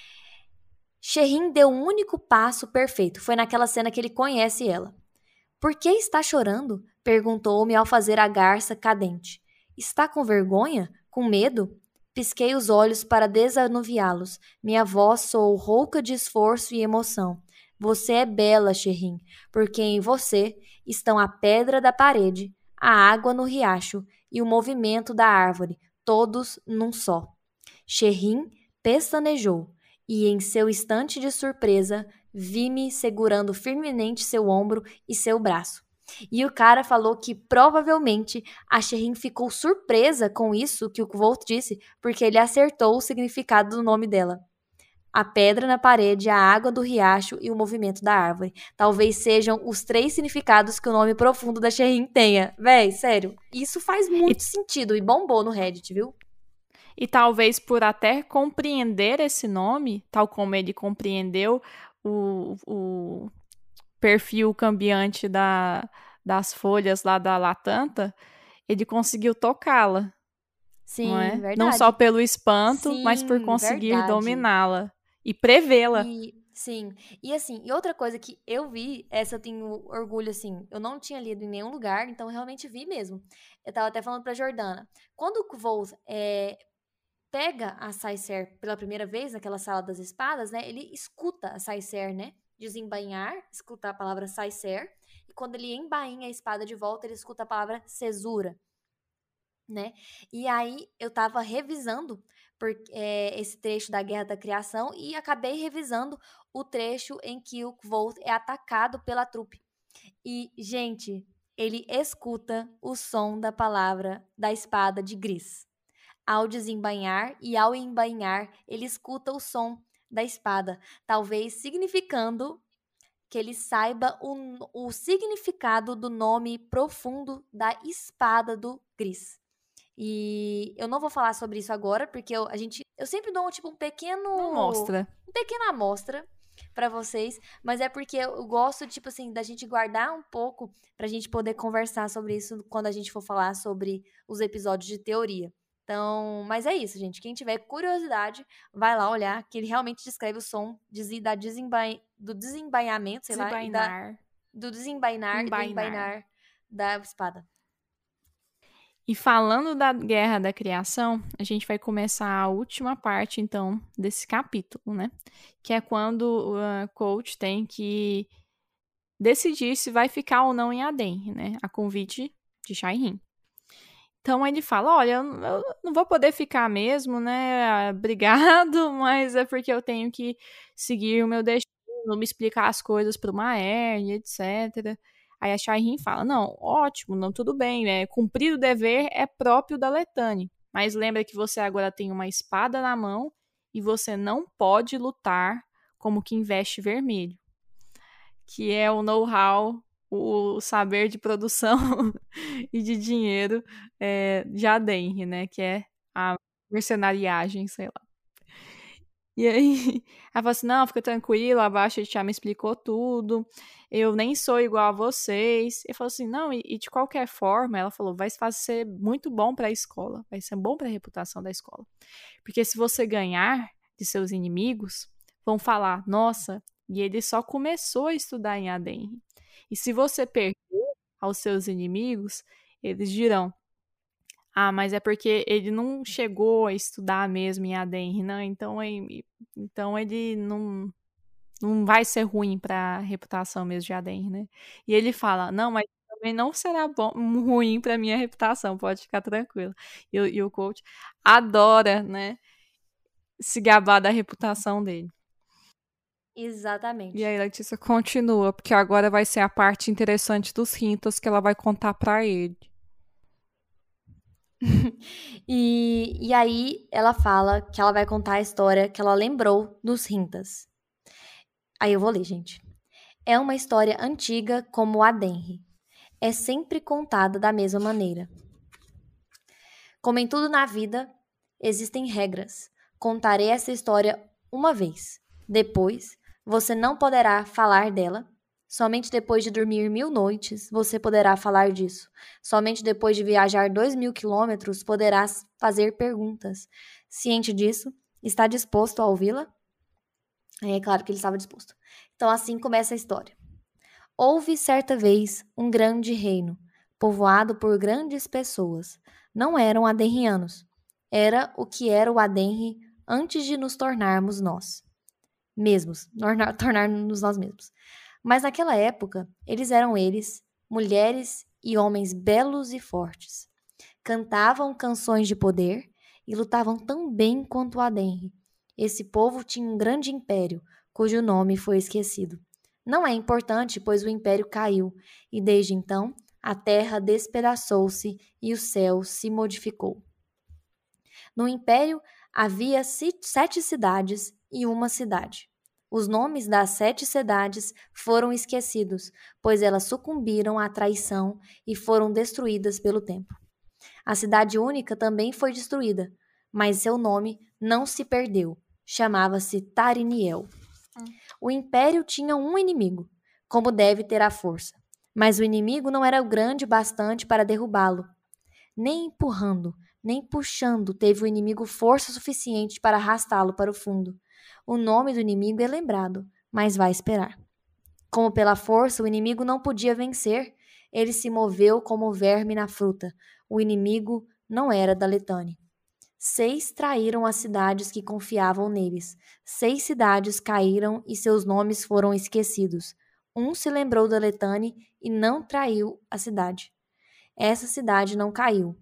Sherrin deu um único passo perfeito. Foi naquela cena que ele conhece ela. Por que está chorando? Perguntou-me ao fazer a garça cadente. Está com vergonha? Com medo? Pisquei os olhos para desanuviá-los. Minha voz soou rouca de esforço e emoção. Você é bela, Sherrin, porque em você estão a pedra da parede, a água no riacho e o movimento da árvore, todos num só. Sherrin pestanejou, e em seu instante de surpresa, vi-me segurando firmemente seu ombro e seu braço. E o cara falou que provavelmente a Sherrin ficou surpresa com isso que o Volt disse, porque ele acertou o significado do nome dela. A pedra na parede, a água do riacho e o movimento da árvore. Talvez sejam os três significados que o nome profundo da Sherrin tenha. Véi, sério, isso faz E, muito sentido e bombou no Reddit, viu? e talvez por até compreender esse nome, tal como ele compreendeu o, o perfil cambiante da, das folhas lá da Latanta, ele conseguiu tocá-la, não Sim, é? Não só verdade. pelo espanto, mas por Sim, conseguir verdade. dominá-la e prevê-la. E sim, e assim, e outra coisa que eu vi, essa eu tenho orgulho assim, eu não tinha lido em nenhum lugar, então eu realmente vi mesmo. Eu tava até falando pra Jordana. Quando o Kvold é, pega a Saicer pela primeira vez naquela sala das espadas, né? Ele escuta a Saicer, né? Desembainhar, escuta a palavra Saicer, e quando ele embainha a espada de volta, ele escuta a palavra cesura, né? E aí eu tava revisando por, é, esse trecho da Guerra da Criação e acabei revisando o trecho em que o Kvold é atacado pela trupe. E, gente, ele escuta o som da palavra da espada de Gris. Ao desembainhar e ao embainhar, ele escuta o som da espada, talvez significando que ele saiba o, o significado do nome profundo da espada do Gris. E eu não vou falar sobre isso agora, porque eu, a gente, eu sempre dou tipo um Não pequeno, mostra. um pequena amostra pra vocês, mas é porque eu gosto tipo assim da gente guardar um pouco pra gente poder conversar sobre isso quando a gente for falar sobre os episódios de teoria. Então, mas é isso, gente. Quem tiver curiosidade, vai lá olhar que ele realmente descreve o som de, da desembai, do desembainhamento, sei lá, e da Desembainar, do desembainar e do embainar. embainar da espada. E falando da Guerra da Criação, a gente vai começar a última parte, então, desse capítulo, né? Que é quando o uh, coach tem que decidir se vai ficar ou não em Aden, né? A convite de Shairin. Então ele fala: Olha, eu não vou poder ficar mesmo, né? Obrigado, mas é porque eu tenho que seguir o meu destino me explicar as coisas para uma hernia, etcétera. Aí a Shireen fala, não, ótimo, não, tudo bem, é, cumprir o dever é próprio da Letane, mas lembra que você agora tem uma espada na mão e você não pode lutar como quem veste vermelho, que é o know-how, o saber de produção e de dinheiro é, de Adenri, né, que é a mercenariagem, sei lá. E aí, ela falou assim, não, fica tranquilo, abaixo já me explicou tudo, eu nem sou igual a vocês. Ele falou assim, não, e, e de qualquer forma, ela falou, vai ser muito bom para a escola, vai ser bom para a reputação da escola. Porque se você ganhar de seus inimigos, vão falar, nossa, e ele só começou a estudar em Adenri. E se você perder aos seus inimigos, eles dirão, ah, mas é porque ele não chegou a estudar mesmo em Adenri, não, então ele, então ele não, não vai ser ruim para a reputação mesmo de Adenri, né? E ele fala, não, mas também não será bom, ruim para minha reputação, pode ficar tranquilo. E, e o coach adora, né, se gabar da reputação dele. E Exatamente. aí, Letícia continua, porque agora vai ser a parte interessante dos Rintas que ela vai contar para ele. e, e aí ela fala que ela vai contar a história que ela lembrou dos Rintas. Aí eu vou ler, gente. É uma história antiga como Adenri. É sempre contada da mesma maneira. Como em tudo na vida, existem regras. Contarei essa história uma vez. Depois, você não poderá falar dela. Somente depois de dormir mil noites, você poderá falar disso. Somente depois de viajar dois mil quilômetros, poderás fazer perguntas. Ciente disso, está disposto a ouvi-la? É claro que ele estava disposto. Então, assim começa a história. Houve certa vez um grande reino, povoado por grandes pessoas. Não eram adenrianos. Era o que era o Adenri antes de nos tornarmos nós mesmos, tornar-nos nós mesmos. Mas naquela época, eles eram eles, mulheres e homens belos e fortes. Cantavam canções de poder e lutavam tão bem quanto o Adenri. Esse povo tinha um grande império, cujo nome foi esquecido. Não é importante, pois o império caiu, e desde então a terra despedaçou-se e o céu se modificou. No império havia sete cidades e uma cidade. Os nomes das sete cidades foram esquecidos, pois elas sucumbiram à traição e foram destruídas pelo tempo. A cidade única também foi destruída, mas seu nome não se perdeu. Chamava-se Tariniel. O império tinha um inimigo, como deve ter a força. Mas o inimigo não era grande bastante para derrubá-lo. Nem empurrando, nem puxando teve o inimigo força suficiente para arrastá-lo para o fundo. O nome do inimigo é lembrado, mas vai esperar. Como pela força o inimigo não podia vencer, ele se moveu como verme na fruta. O inimigo não era da Letane. Seis traíram as cidades que confiavam neles. Seis cidades caíram e seus nomes foram esquecidos. Um se lembrou da Letane e não traiu a cidade. Essa cidade não caiu.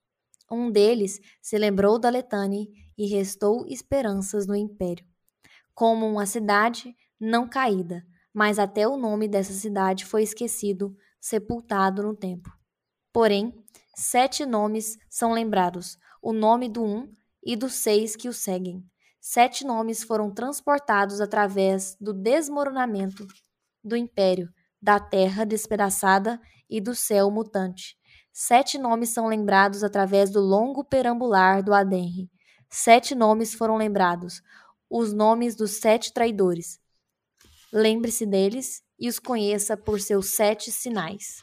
Um deles se lembrou da Letane e restou esperanças no império. Como uma cidade não caída, mas até o nome dessa cidade foi esquecido, sepultado no tempo. Porém, sete nomes são lembrados, o nome do um e dos seis que o seguem. Sete nomes foram transportados através do desmoronamento do império, da terra despedaçada e do céu mutante. Sete nomes são lembrados através do longo perambular do Adenri. Sete nomes foram lembrados, os nomes dos sete traidores. Lembre-se deles e os conheça por seus sete sinais.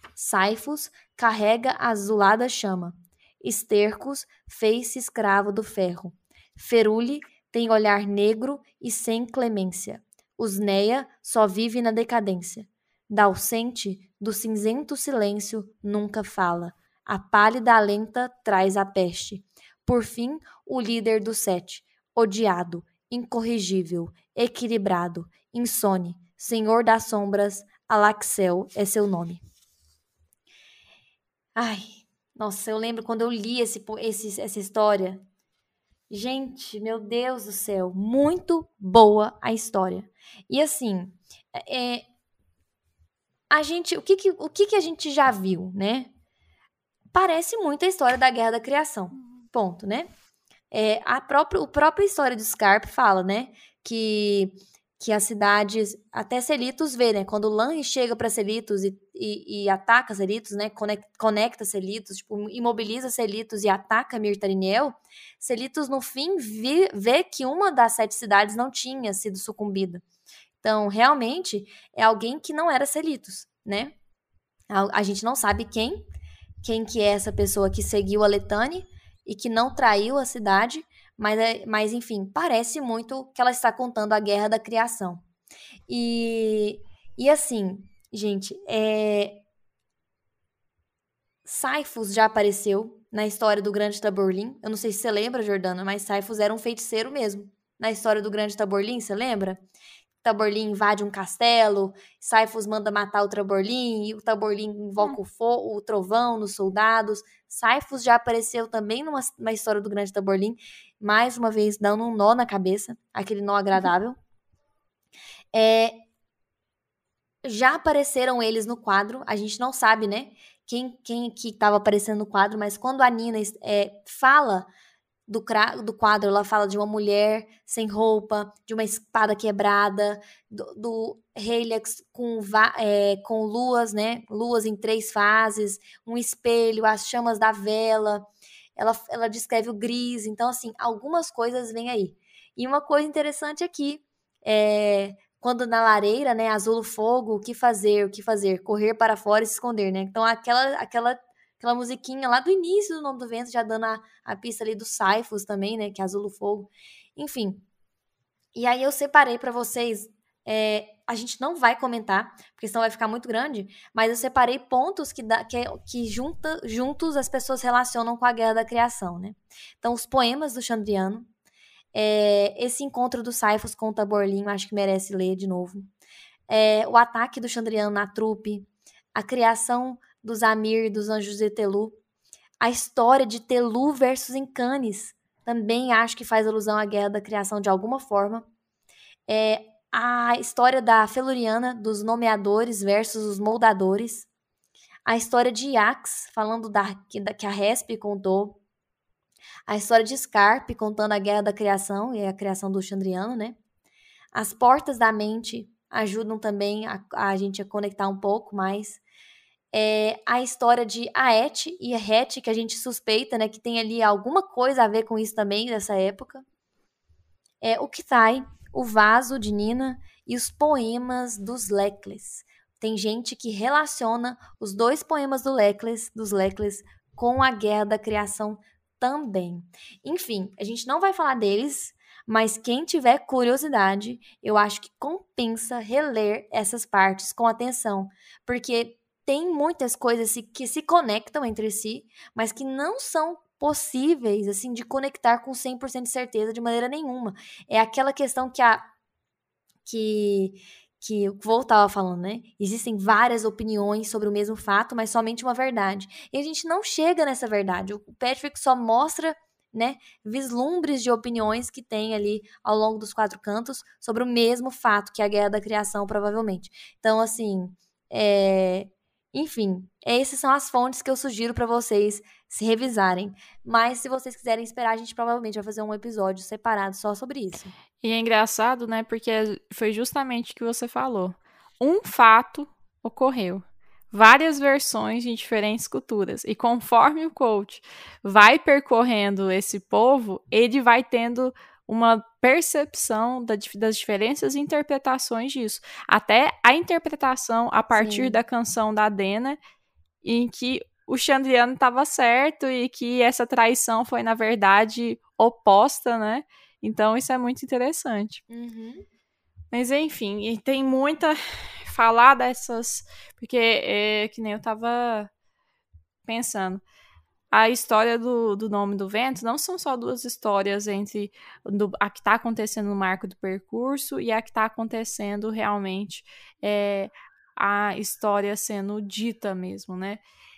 Saifos carrega a azulada chama. Estercos fez-se escravo do ferro. Ferule tem olhar negro e sem clemência. Usneia só vive na decadência. Dalcente, do cinzento silêncio, nunca fala. A pálida alenta traz a peste. Por fim, o líder dos sete, odiado, incorrigível, equilibrado, insone, senhor das sombras, Alaxel é seu nome. Ai, nossa, eu lembro quando eu li esse, esse, essa história. Gente, meu Deus do céu, muito boa a história. E assim, é, a gente, o que que, o que que a gente já viu, né? Parece muito a história da Guerra da Criação. Ponto, né? É, a própria, o própria história de Scarpe fala, né? Que, que as cidades, até Selitos vê, né? Quando Lan chega para Selitos e, e, e ataca Selitos, né? Conecta, conecta Selitos, tipo, imobiliza Selitos e ataca Mirtariniel, Selitos, no fim, vê, vê que uma das sete cidades não tinha sido sucumbida. Então, realmente, é alguém que não era Selitos, né? A, a gente não sabe quem, quem que é essa pessoa que seguiu a Letane e que não traiu a cidade, mas, é, mas enfim, parece muito que ela está contando a Guerra da Criação. E, e assim, gente, é, Saifus já apareceu na história do Grande Taborlin. Eu não sei se você lembra, Jordana, mas Saifus era um feiticeiro mesmo. Na história do Grande Taborlin, você lembra? Taborlin invade um castelo, Saifus manda matar o Taborlin, e o Taborlin invoca Hum. o, fo- o trovão nos soldados. Saifus já apareceu também numa, numa história do Grande Taborlin, mais uma vez dando um nó na cabeça, aquele nó agradável. É, já apareceram eles no quadro, a gente não sabe, né? Quem, quem que estava aparecendo no quadro, mas quando a Nina é, fala do, do quadro, ela fala de uma mulher sem roupa, de uma espada quebrada, do, do Helix com, é, com luas, né? Luas em três fases, um espelho, as chamas da vela. Ela, ela descreve o gris. Então, assim, algumas coisas vêm aí. E uma coisa interessante aqui é quando na lareira, né, azul o fogo, o que fazer, o que fazer, correr para fora e se esconder, né? Então, aquela, aquela aquela musiquinha lá do início do Nome do Vento, já dando a, a pista ali do Saifus também, né, que é Azul o Fogo. Enfim. E aí eu separei para vocês, é, a gente não vai comentar, porque senão vai ficar muito grande, mas eu separei pontos que, dá, que, que junta, juntos as pessoas relacionam com a Guerra da Criação, né? Então, os poemas do Chandriano, é, esse encontro do Saifus com o Taborlin, acho que merece ler de novo. É, o ataque do Chandriano na trupe, a criação dos Amir, dos Anjos de Telu, a história de Telu versus Encanes, também acho que faz alusão à Guerra da Criação de alguma forma. É, a história da Feluriana, dos nomeadores versus os moldadores. A história de Iax, falando da, que, da, que a Resp contou. A história de Scarpe, contando a Guerra da Criação e a criação do Chandriano, né? As portas da mente ajudam também a, a gente a conectar um pouco mais. É, a história de Aet e Het, que a gente suspeita, né, que tem ali alguma coisa a ver com isso também, dessa época. É, o Kitai, o vaso de Nina e os poemas dos Lecles. Tem gente que relaciona os dois poemas do Lecles, dos Lecles com a Guerra da Criação também. Enfim, a gente não vai falar deles, mas quem tiver curiosidade, eu acho que compensa reler essas partes com atenção, porque tem muitas coisas que se conectam entre si, mas que não são possíveis, assim, de conectar com cem por cento de certeza de maneira nenhuma. É aquela questão que a que que o Vô estava falando, né? Existem várias opiniões sobre o mesmo fato, mas somente uma verdade. E a gente não chega nessa verdade. O Patrick só mostra, né, vislumbres de opiniões que tem ali ao longo dos quatro cantos sobre o mesmo fato, que é a Guerra da Criação, provavelmente. Então, assim, é... enfim, essas são as fontes que eu sugiro para vocês se revisarem. Mas se vocês quiserem esperar, a gente provavelmente vai fazer um episódio separado só sobre isso. E é engraçado, né? Porque foi justamente o que você falou. Um fato ocorreu. Várias versões de diferentes culturas. E conforme o coach vai percorrendo esse povo, ele vai tendo uma percepção das diferentes interpretações disso. Até a interpretação a partir Sim. da canção da Dena, em que o Chandriano estava certo e que essa traição foi, na verdade, oposta, né? Então, isso é muito interessante. Uhum. Mas, enfim, e tem muita... Falar dessas... Porque, é, que nem eu tava pensando, a história do, do Nome do Vento não são só duas histórias entre do, a que está acontecendo no marco do percurso e a que está acontecendo realmente, é, a história sendo dita mesmo, né?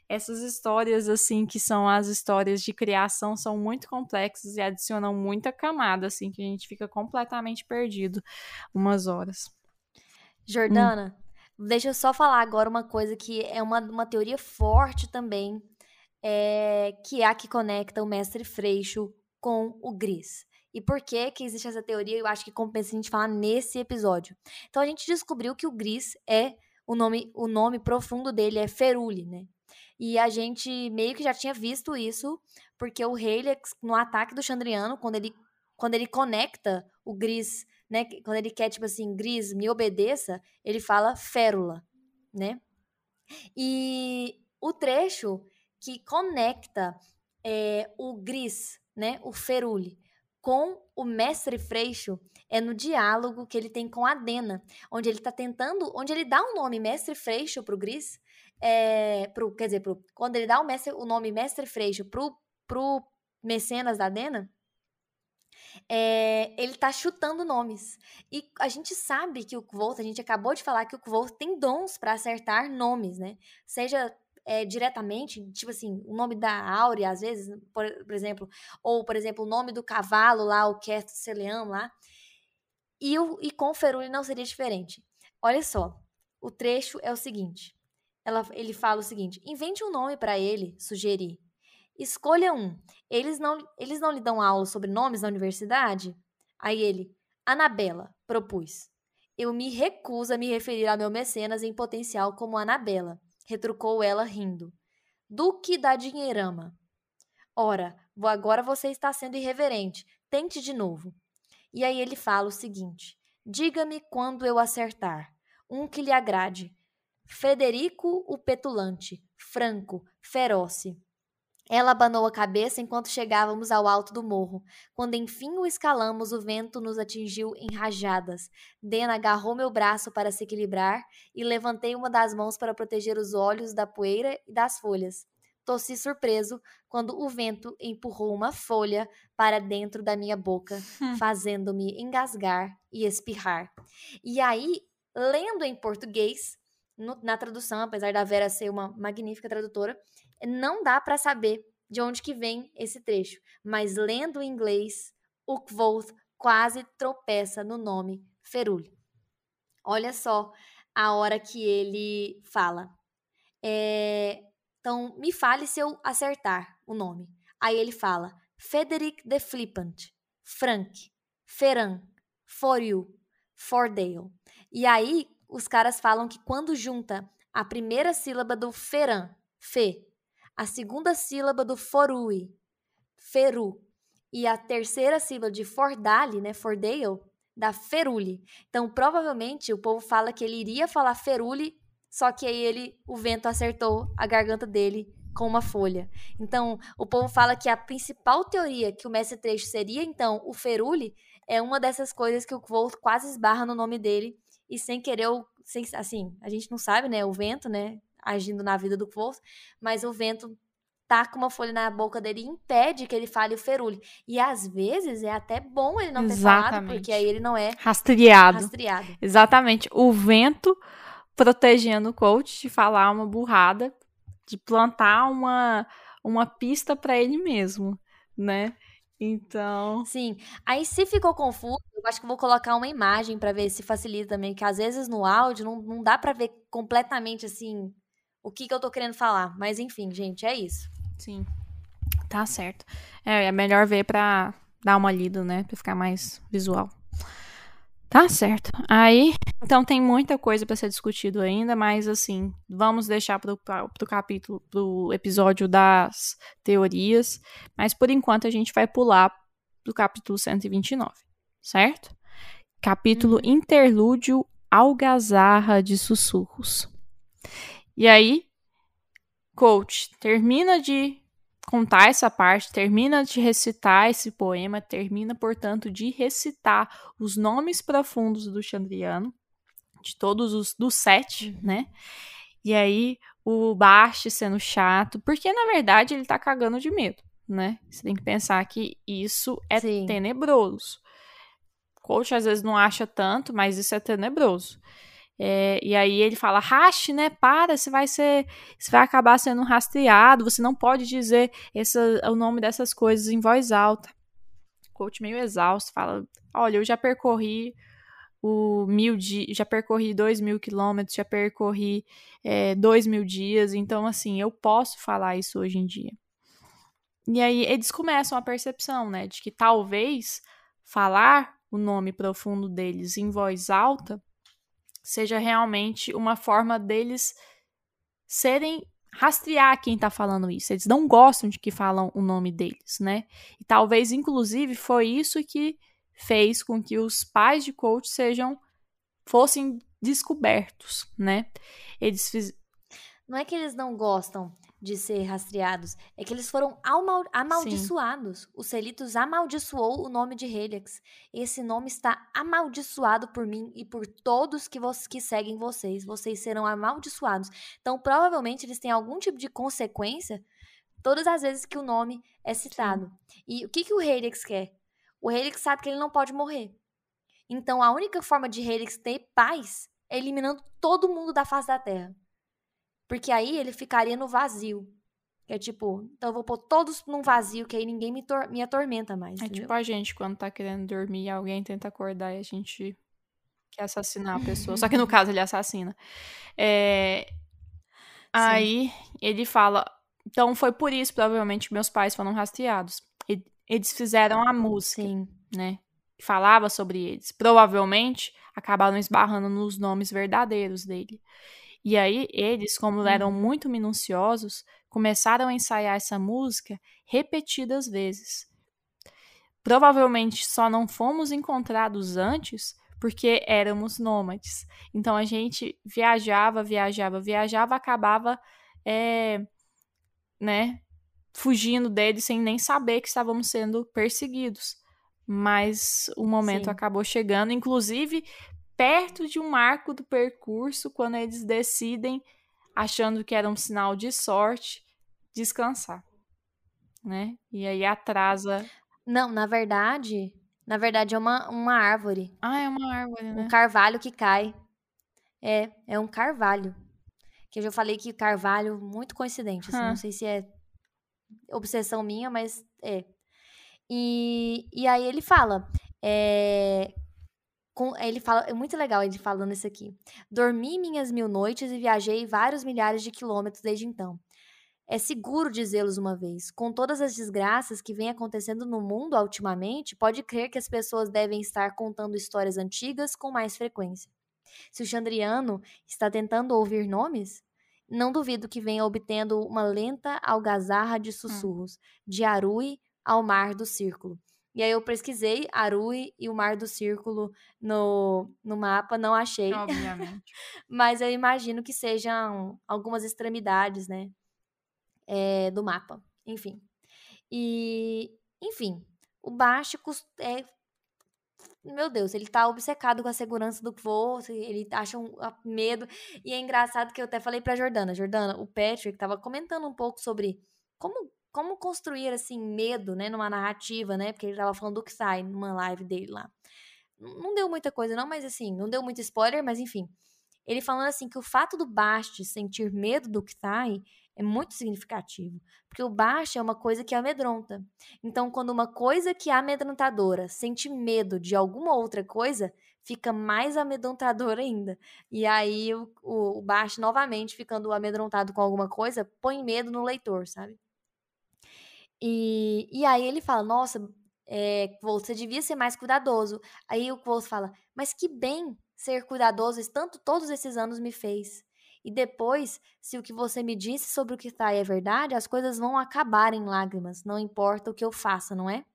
essas histórias, assim, que são as histórias de criação, são muito complexas e adicionam muita camada, assim, que a gente fica completamente perdido umas horas. Hum. Jordana, deixa eu só falar agora uma coisa que é uma, uma teoria forte também, é, que é a que conecta o mestre Freixo com o Gris. E por que que existe essa teoria? Eu acho que compensa a gente falar nesse episódio. Então a gente descobriu que o Gris é o nome, o nome profundo dele é Feruli, né? E a gente meio que já tinha visto isso, porque o Helix, no ataque do Chandriano, quando ele, quando ele conecta o Gris, né? Quando ele quer, tipo assim, Gris, me obedeça, ele fala Férula, né? E o trecho que conecta é, o Gris, né, o Feruli, com o mestre Freixo é no diálogo que ele tem com a Dena, onde ele tá tentando, onde ele dá o nome mestre Freixo pro Gris, é, pro, quer dizer, pro, quando ele dá o, mestre, o nome mestre Freixo pro, pro mecenas da Dena, é, ele tá chutando nomes. E a gente sabe que o Kvolt, a gente acabou de falar que o Kvolt tem dons para acertar nomes, né? Seja é, diretamente, tipo assim, o nome da Áurea, às vezes, por, por exemplo, ou, por exemplo, o nome do cavalo lá, o Kesto Celeão lá. E, o, e com o Feruli não seria diferente. Olha só, o trecho é o seguinte. Ela, ele fala o seguinte: invente um nome para ele, sugeri. Escolha um. Eles não, eles não lhe dão aula sobre nomes na universidade? Aí ele, Anabela, propus. Eu me recuso a me referir ao meu mecenas em potencial como Anabela, retrucou ela rindo. Duque da Dinheirama. Ora, agora você está sendo irreverente. Tente de novo. E aí ele fala o seguinte: diga-me quando eu acertar. Um que lhe agrade. Frederico o Petulante, franco, feroce. Ela abanou a cabeça enquanto chegávamos ao alto do morro. Quando enfim o escalamos, o vento nos atingiu em rajadas. Dena agarrou meu braço para se equilibrar e levantei uma das mãos para proteger os olhos da poeira e das folhas. Tossi surpreso quando o vento empurrou uma folha para dentro da minha boca, fazendo-me engasgar e espirrar. E aí, lendo em português, no, na tradução, apesar da Vera ser uma magnífica tradutora, não dá para saber de onde que vem esse trecho, mas lendo em inglês, o Kvoth quase tropeça no nome Feruli. Olha só a hora que ele fala. É, então, me fale se eu acertar o nome. Aí ele fala Frederick the Flippant, Frank, Ferran, For You, Fordale. E aí os caras falam que quando junta a primeira sílaba do Ferran, Fe, a segunda sílaba do Forui, Feru, e a terceira sílaba de Fordale, né, Fordale, da Feruli. Então, provavelmente, o povo fala que ele iria falar Feruli, só que aí ele, o vento acertou a garganta dele com uma folha. Então, o povo fala que a principal teoria que o mestre trecho seria, então, o Feruli, é uma dessas coisas que o Kvolt quase esbarra no nome dele, e sem querer, sem, assim, a gente não sabe, né, o vento, né, agindo na vida do Kvolt, mas o vento taca uma folha na boca dele e impede que ele fale o Feruli. E às vezes é até bom ele não ter Exatamente. falado, porque aí ele não é rastreado. rastreado. Exatamente. O vento protegendo o coach de falar uma burrada, de plantar uma, uma pista para ele mesmo, né? Então... Sim. Aí se ficou confuso, eu acho que eu vou colocar uma imagem para ver se facilita também, que às vezes no áudio não, não dá para ver completamente assim o que, que eu tô querendo falar. Mas enfim, gente, é isso. Sim, tá certo. É, é melhor ver pra dar uma lida, né? Pra ficar mais visual. Tá certo. Aí, então tem muita coisa pra ser discutido ainda, mas assim, vamos deixar pro, pro capítulo, pro episódio das teorias. Mas por enquanto a gente vai pular pro capítulo cento e vinte e nove, certo? Capítulo Uhum. Interlúdio Algazarra de Sussurros. E aí, coach, termina de contar essa parte, termina de recitar esse poema, termina, portanto, de recitar os nomes profundos do Chandriano, de todos os, dos sete, Uhum. né? E aí, o Bast sendo chato, porque, na verdade, ele tá cagando de medo, né? Você tem que pensar que isso é Sim. tenebroso. O coach, às vezes, não acha tanto, mas isso é tenebroso. É, e aí ele fala, raste, né? Para, você vai ser. Você vai acabar sendo rastreado, você não pode dizer essa, o nome dessas coisas em voz alta. O coach meio exausto, fala: olha, eu já percorri o mil dias, já percorri dois mil quilômetros, já percorri é, dois mil dias, então assim, eu posso falar isso hoje em dia. E aí eles começam a percepção, né, de que talvez falar o nome profundo deles em voz alta seja realmente uma forma deles serem rastrear quem tá falando isso. Eles não gostam de que falam o nome deles, né? E talvez, inclusive, foi isso que fez com que os pais de coach sejam fossem descobertos, né? Eles fiz... Não é que eles não gostam de ser rastreados, é que eles foram amal- amaldiçoados. O Selitos amaldiçoou o nome de Helix. Esse nome está amaldiçoado por mim e por todos que, vo- que seguem vocês. Vocês serão amaldiçoados. Então, provavelmente, eles têm algum tipo de consequência todas as vezes que o nome é citado. Sim. E o que, que o Helix quer? O Helix sabe que ele não pode morrer. Então, a única forma de Helix ter paz é eliminando todo mundo da face da Terra. Porque aí ele ficaria no vazio. Que é tipo, então eu vou pôr todos num vazio, que aí ninguém me, tor- me atormenta mais. É Entendeu? tipo a gente, quando tá querendo dormir e alguém tenta acordar e a gente quer assassinar a pessoa. Só que no caso ele assassina. É... Aí ele fala. Então foi por isso, provavelmente, que meus pais foram rastreados. E eles fizeram a música, Sim. né? Que falava sobre eles. Provavelmente acabaram esbarrando nos nomes verdadeiros dele. E aí, eles, como Uhum. eram muito minuciosos, começaram a ensaiar essa música repetidas vezes. Provavelmente só não fomos encontrados antes porque éramos nômades. Então a gente viajava, viajava, viajava, acabava, é, né, fugindo deles sem nem saber que estávamos sendo perseguidos. Mas o momento Sim. acabou chegando, inclusive perto de um marco do percurso, quando eles decidem, achando que era um sinal de sorte, descansar, né? E aí atrasa. Não, na verdade, na verdade é uma, uma árvore. Ah, é uma árvore, Um né? carvalho que cai. É, é um carvalho. Que eu já falei que carvalho, muito coincidente, assim, não Hum. sei se é obsessão minha, mas é. E, e aí ele fala, é, com, ele fala, é muito legal ele falando isso aqui. Dormi minhas mil noites e viajei vários milhares de quilômetros desde então. É seguro dizê-los uma vez. Com todas as desgraças que vêm acontecendo no mundo ultimamente, pode crer que as pessoas devem estar contando histórias antigas com mais frequência. Se o Chandriano está tentando ouvir nomes, não duvido que venha obtendo uma lenta algazarra de sussurros, de Arui ao Mar do Círculo. E aí eu pesquisei Arui e o Mar do Círculo no, no mapa, não achei. Obviamente. Mas eu imagino que sejam algumas extremidades, né, é, do mapa. Enfim. E, enfim, o Bastico é meu Deus, ele tá obcecado com a segurança do voo, ele acha um a- medo. E é engraçado que eu até falei pra Jordana, Jordana, o Patrick tava comentando um pouco sobre como, como construir, assim, medo, né, numa narrativa, né, porque ele tava falando do Psy numa live dele lá. Não não deu muita coisa não, mas assim, não deu muito spoiler, mas enfim. Ele falando assim que o fato do Bast sentir medo do Kthai é muito significativo, porque o Bast é uma coisa que amedronta. Então, quando uma coisa que é amedrontadora sente medo de alguma outra coisa, fica mais amedrontador ainda. E aí o, o, o Bast, novamente, ficando amedrontado com alguma coisa, põe medo no leitor, sabe? E, e aí ele fala, nossa, é, Quoth, você devia ser mais cuidadoso. Aí o Quoth fala, mas que bem ser cuidadoso, tanto todos esses anos me fez. E depois, se o que você me disse sobre o que está aí é verdade, as coisas vão acabar em lágrimas, não importa o que eu faça, não é?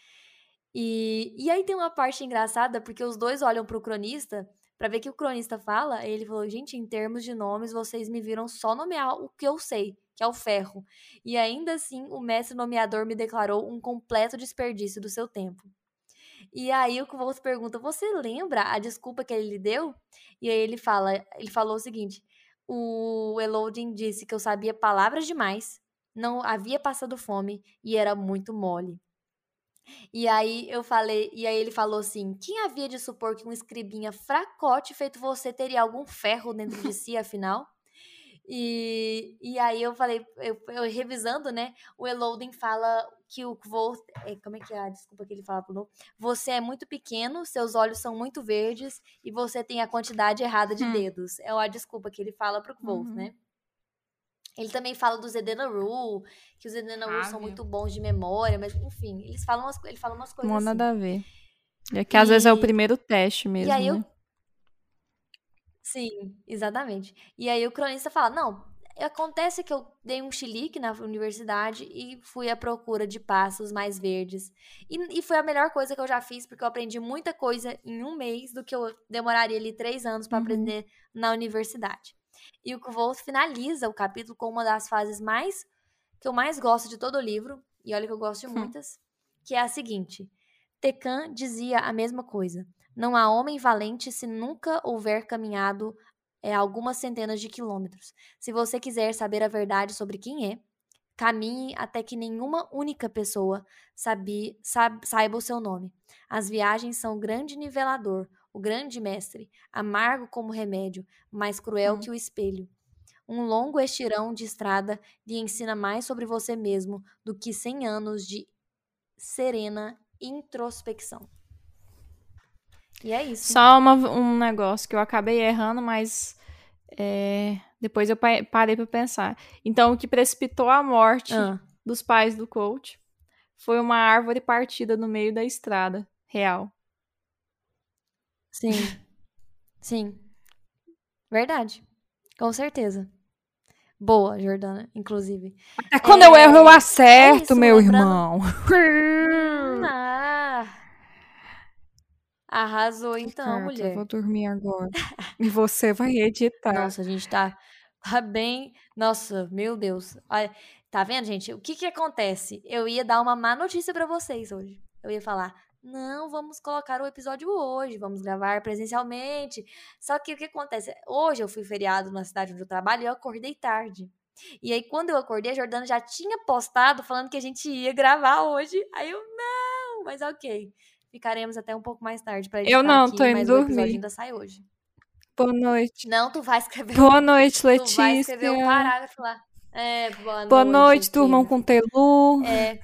E, e aí tem uma parte engraçada, porque os dois olham pro cronista pra ver o que o cronista fala, e ele falou, gente, em termos de nomes, vocês me viram só nomear o que eu sei, que é o ferro. E ainda assim, o mestre nomeador me declarou um completo desperdício do seu tempo. E aí o Kvolt pergunta, você lembra a desculpa que ele lhe deu? E aí ele fala, ele falou o seguinte, o Elodin disse que eu sabia palavras demais, não havia passado fome e era muito mole. E aí eu falei, e aí ele falou assim: quem havia de supor que um escribinha fracote feito você teria algum ferro dentro de si, afinal? E, e aí eu falei, eu, eu revisando, né? O Elodin fala que o Kvoth, é, como é que é? a Desculpa que ele fala pro novo. Você é muito pequeno, seus olhos são muito verdes e você tem a quantidade errada de Hum. dedos. É a desculpa que ele fala pro Kvoth, Uhum. né? Ele também fala dos Edenaru, que os Edenaru Ah, são viu? muito bons de memória, mas enfim, eles falam umas, ele fala umas Não coisas há assim. nada a ver. É que às vezes é o E, primeiro teste e mesmo, aí eu né? Sim, exatamente. E aí o cronista fala: não, acontece que eu dei um chilique na universidade e fui à procura de passos mais verdes. E, e foi a melhor coisa que eu já fiz, porque eu aprendi muita coisa em um mês do que eu demoraria ali três anos para Uhum. aprender na universidade. E o Kvolt finaliza o capítulo com uma das fases mais que eu mais gosto de todo o livro, e olha que eu gosto de Hum. muitas, que é a seguinte: Tecan dizia a mesma coisa. Não há homem valente se nunca houver caminhado é, algumas centenas de quilômetros. Se você quiser saber a verdade sobre quem é, caminhe até que nenhuma única pessoa sabe, sabe, saiba o seu nome. As viagens são o grande nivelador, o grande mestre, amargo como remédio, mais cruel Hum. que o espelho. Um longo estirão de estrada lhe ensina mais sobre você mesmo do que cem anos de serena introspecção. E é isso. Só uma- um negócio que eu acabei errando, mas é, depois eu pa- parei pra pensar. Então, o que precipitou a morte Ah, dos pais do coach foi uma árvore partida no meio da estrada real. sim, sim. Verdade. Com certeza. Boa, Jordana, inclusive. É quando eu erro, eu É, é acerto, isso, meu lembrando. irmão. Hum, ah, arrasou então, Cata, eu vou mulher. dormir agora. E você vai editar. Nossa, a gente tá, tá bem. Nossa, meu Deus. Olha, tá vendo, gente? O que que acontece? Eu ia dar uma má notícia pra vocês hoje. Eu ia falar, não, vamos colocar o episódio hoje, vamos gravar presencialmente. Só que o que acontece? Hoje eu fui feriado na cidade onde eu trabalho e eu acordei tarde. E aí, quando eu acordei, a Jordana já tinha postado falando que a gente ia gravar hoje. Aí eu, não, mas ok. Ficaremos até um pouco mais tarde pra Eu editar não, tô aqui, indo mas o episódio dormir. ainda sai hoje. Boa noite. Não, tu vai escrever Boa o, noite, tu vai escrever o Letícia. parágrafo lá. É, boa Boa noite, o noite, quê, turmão minha com filha? Telu. É.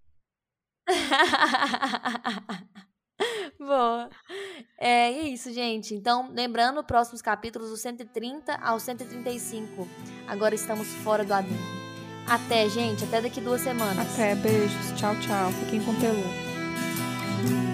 Boa. É, e é isso, gente. Então, lembrando, próximos capítulos, do cento e trinta ao cento e trinta e cinco. Agora estamos fora do adendo. Até, gente. Até daqui duas semanas. Até, beijos. Tchau, tchau. Fiquem com Telu.